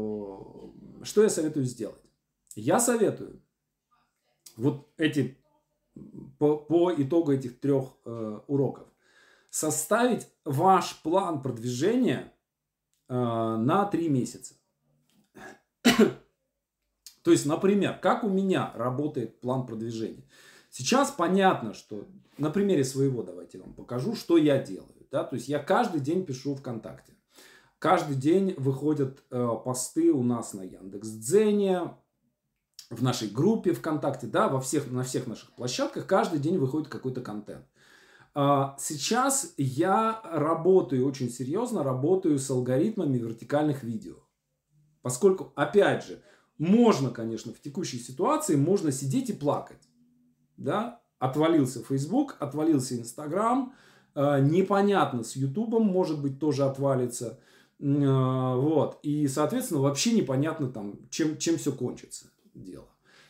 сделать? Я советую вот эти по итогу этих 3 уроков составить ваш план продвижения на 3 месяца. То есть, например, как у меня работает план продвижения. Сейчас понятно, что на примере своего давайте вам покажу, что я делаю. Да? То есть я каждый день пишу ВКонтакте. Каждый день выходят посты у нас на Яндекс.Дзене, в нашей группе ВКонтакте, да, на всех наших площадках каждый день выходит какой-то контент. Сейчас я работаю очень серьезно, работаю с алгоритмами вертикальных видео. Поскольку, опять же, можно, конечно, в текущей ситуации можно сидеть и плакать. Да? Отвалился Facebook, отвалился Instagram, непонятно с YouTube, может быть, тоже отвалится. Вот. И, соответственно, вообще непонятно, там, чем все кончится дело.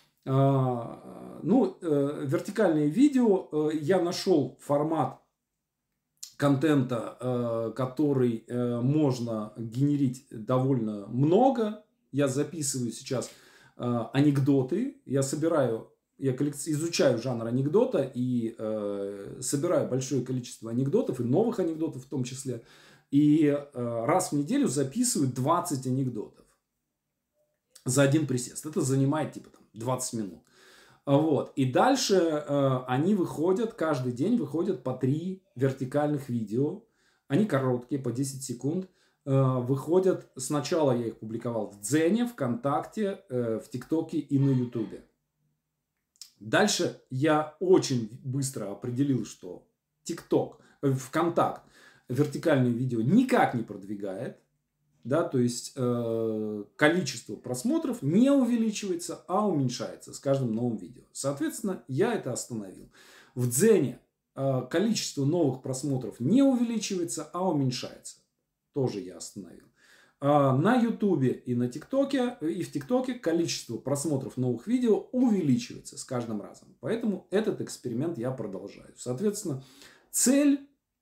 Вертикальные видео, я нашел формат контента, который можно генерить довольно много. Я записываю сейчас анекдоты, я изучаю жанр анекдота и собираю большое количество анекдотов и новых анекдотов в том числе. И раз в неделю записываю 20 анекдотов за один присест. Это занимает типа 20 минут. Вот. И дальше они выходят, каждый день выходят по 3 вертикальных видео. Они короткие, по 10 секунд. Выходят, сначала я их публиковал в Дзене, ВКонтакте, в ТикТоке и на Ютубе. Дальше я очень быстро определил, что ВКонтакт вертикальные видео никак не продвигает. Да, то есть количество просмотров не увеличивается, а уменьшается с каждым новым видео. Соответственно, я это остановил. В Дзене количество новых просмотров не увеличивается, а уменьшается. Тоже я остановил. На Ютубе и на ТикТоке, и в ТикТоке количество просмотров новых видео увеличивается с каждым разом. Поэтому этот эксперимент я продолжаю. Соответственно, цель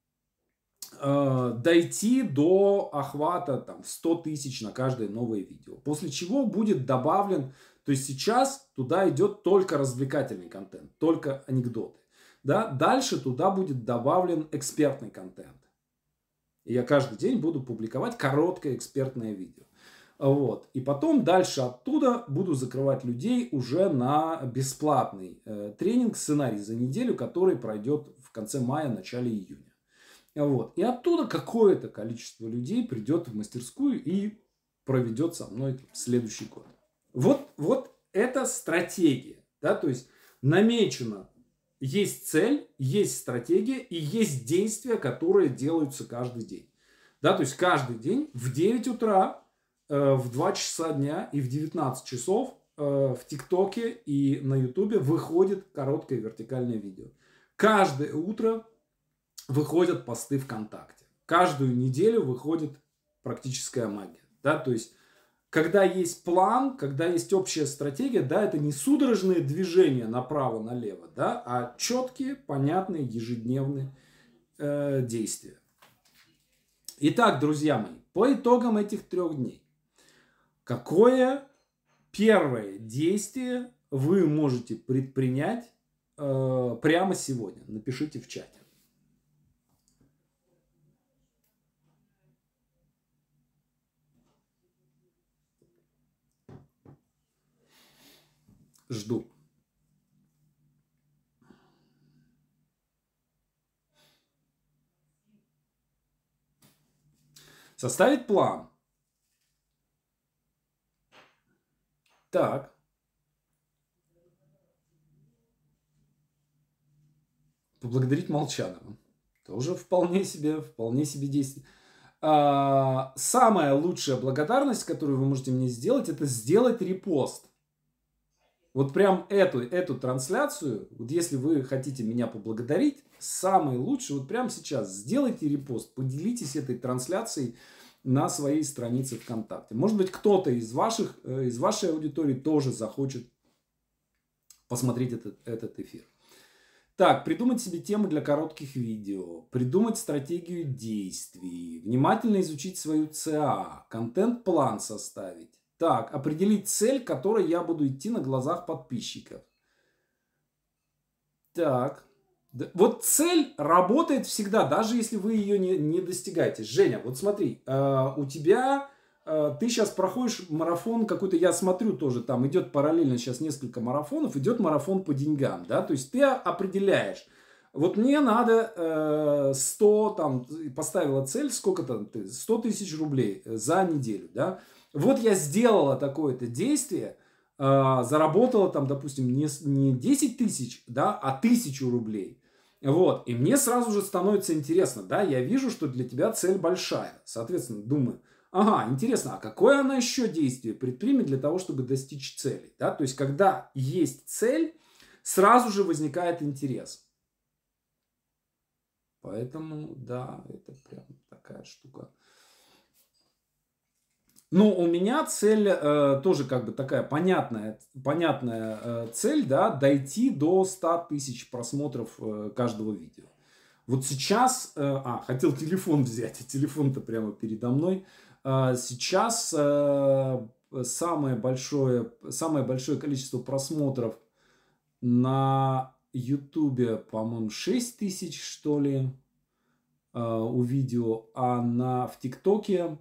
дойти до охвата там, 100 тысяч на каждое новое видео. После чего будет добавлен, то есть сейчас туда идет только развлекательный контент, только анекдоты. Да? Дальше туда будет добавлен экспертный контент. И я каждый день буду публиковать короткое экспертное видео. Вот. И потом дальше оттуда буду закрывать людей уже на бесплатный тренинг, сценарий за неделю, который пройдет в конце мая, начале июня. Вот. И оттуда какое-то количество людей придет в мастерскую и проведет со мной следующий год. Вот это стратегия. Да? То есть намечено, есть цель, есть стратегия и есть действия, которые делаются каждый день. Да? То есть каждый день в 9 утра, в 2 часа дня и в 19 часов в ТикТоке и на Ютубе выходит короткое вертикальное видео. Каждое утро выходят посты ВКонтакте. Каждую неделю выходит практическая магия. Да? То есть, когда есть план, когда есть общая стратегия, да, это не судорожные движения направо-налево, да, а четкие, понятные, ежедневные действия. Итак, друзья мои, по итогам этих 3 дней, какое первое действие вы можете предпринять прямо сегодня? Напишите в чате. Жду. Составить план. Так. Поблагодарить Молчанова. Тоже вполне себе действие. Самая лучшая благодарность, которую вы можете мне сделать, это сделать репост. Вот прям эту трансляцию, вот если вы хотите меня поблагодарить, самый лучший, вот прямо сейчас сделайте репост, поделитесь этой трансляцией на своей странице ВКонтакте. Может быть, кто-то из вашей аудитории тоже захочет посмотреть этот эфир. Так, придумать себе темы для коротких видео, придумать стратегию действий, внимательно изучить свою ЦА, контент-план составить. Так, определить цель, к которой я буду идти на глазах подписчиков. Так, вот цель работает всегда, даже если вы ее не достигаете. Женя, вот смотри, у тебя, ты сейчас проходишь марафон какой-то, я смотрю тоже, там идет параллельно сейчас несколько марафонов, идет марафон по деньгам, да, то есть ты определяешь, вот мне надо 100, там, поставила цель, сколько там, 100 тысяч рублей за неделю, да. Вот я сделала такое-то действие, заработала там, допустим, не 10 тысяч, да, а 1000 рублей. Вот. И мне сразу же становится интересно, да, я вижу, что для тебя цель большая. Соответственно, думаю, ага, интересно, а какое она еще действие предпримет для того, чтобы достичь цели? Да? То есть, когда есть цель, сразу же возникает интерес. Поэтому, да, это прям такая штука. Ну, у меня цель тоже как бы такая понятная цель, да, дойти до 100 тысяч просмотров каждого видео. Вот сейчас, хотел телефон взять, а телефон-то прямо передо мной. Сейчас самое большое количество просмотров на Ютубе, по-моему, 6 тысяч, что ли, у видео, а в ТикТоке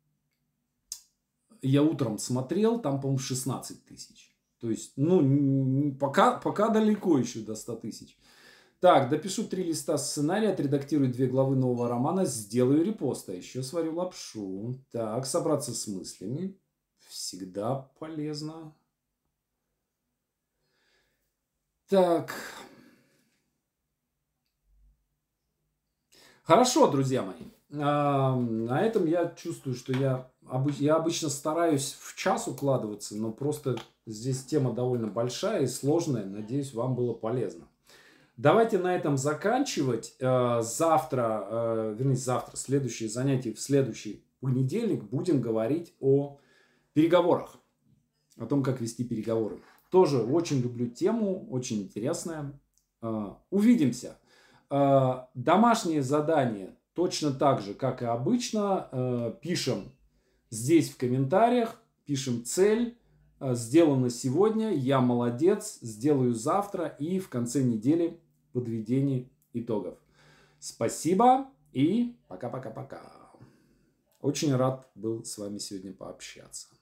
я утром смотрел, там, по-моему, 16 тысяч. То есть, ну, пока далеко еще до 100 тысяч. Так, допишу 3 листа сценария, отредактирую 2 главы нового романа, сделаю репост, а еще сварю лапшу. Так, собраться с мыслями. Всегда полезно. Так. Хорошо, друзья мои. На этом я чувствую, что я обычно стараюсь в час укладываться, но просто здесь тема довольно большая и сложная. Надеюсь, вам было полезно. Давайте на этом заканчивать. Следующее занятие в следующий понедельник будем говорить о переговорах. О том, как вести переговоры. Тоже очень люблю тему, очень интересная. Увидимся. Домашние задания точно так же, как и обычно, пишем здесь в комментариях, пишем цель, сделано сегодня, я молодец, сделаю завтра и в конце недели подведение итогов. Спасибо и пока-пока-пока. Очень рад был с вами сегодня пообщаться.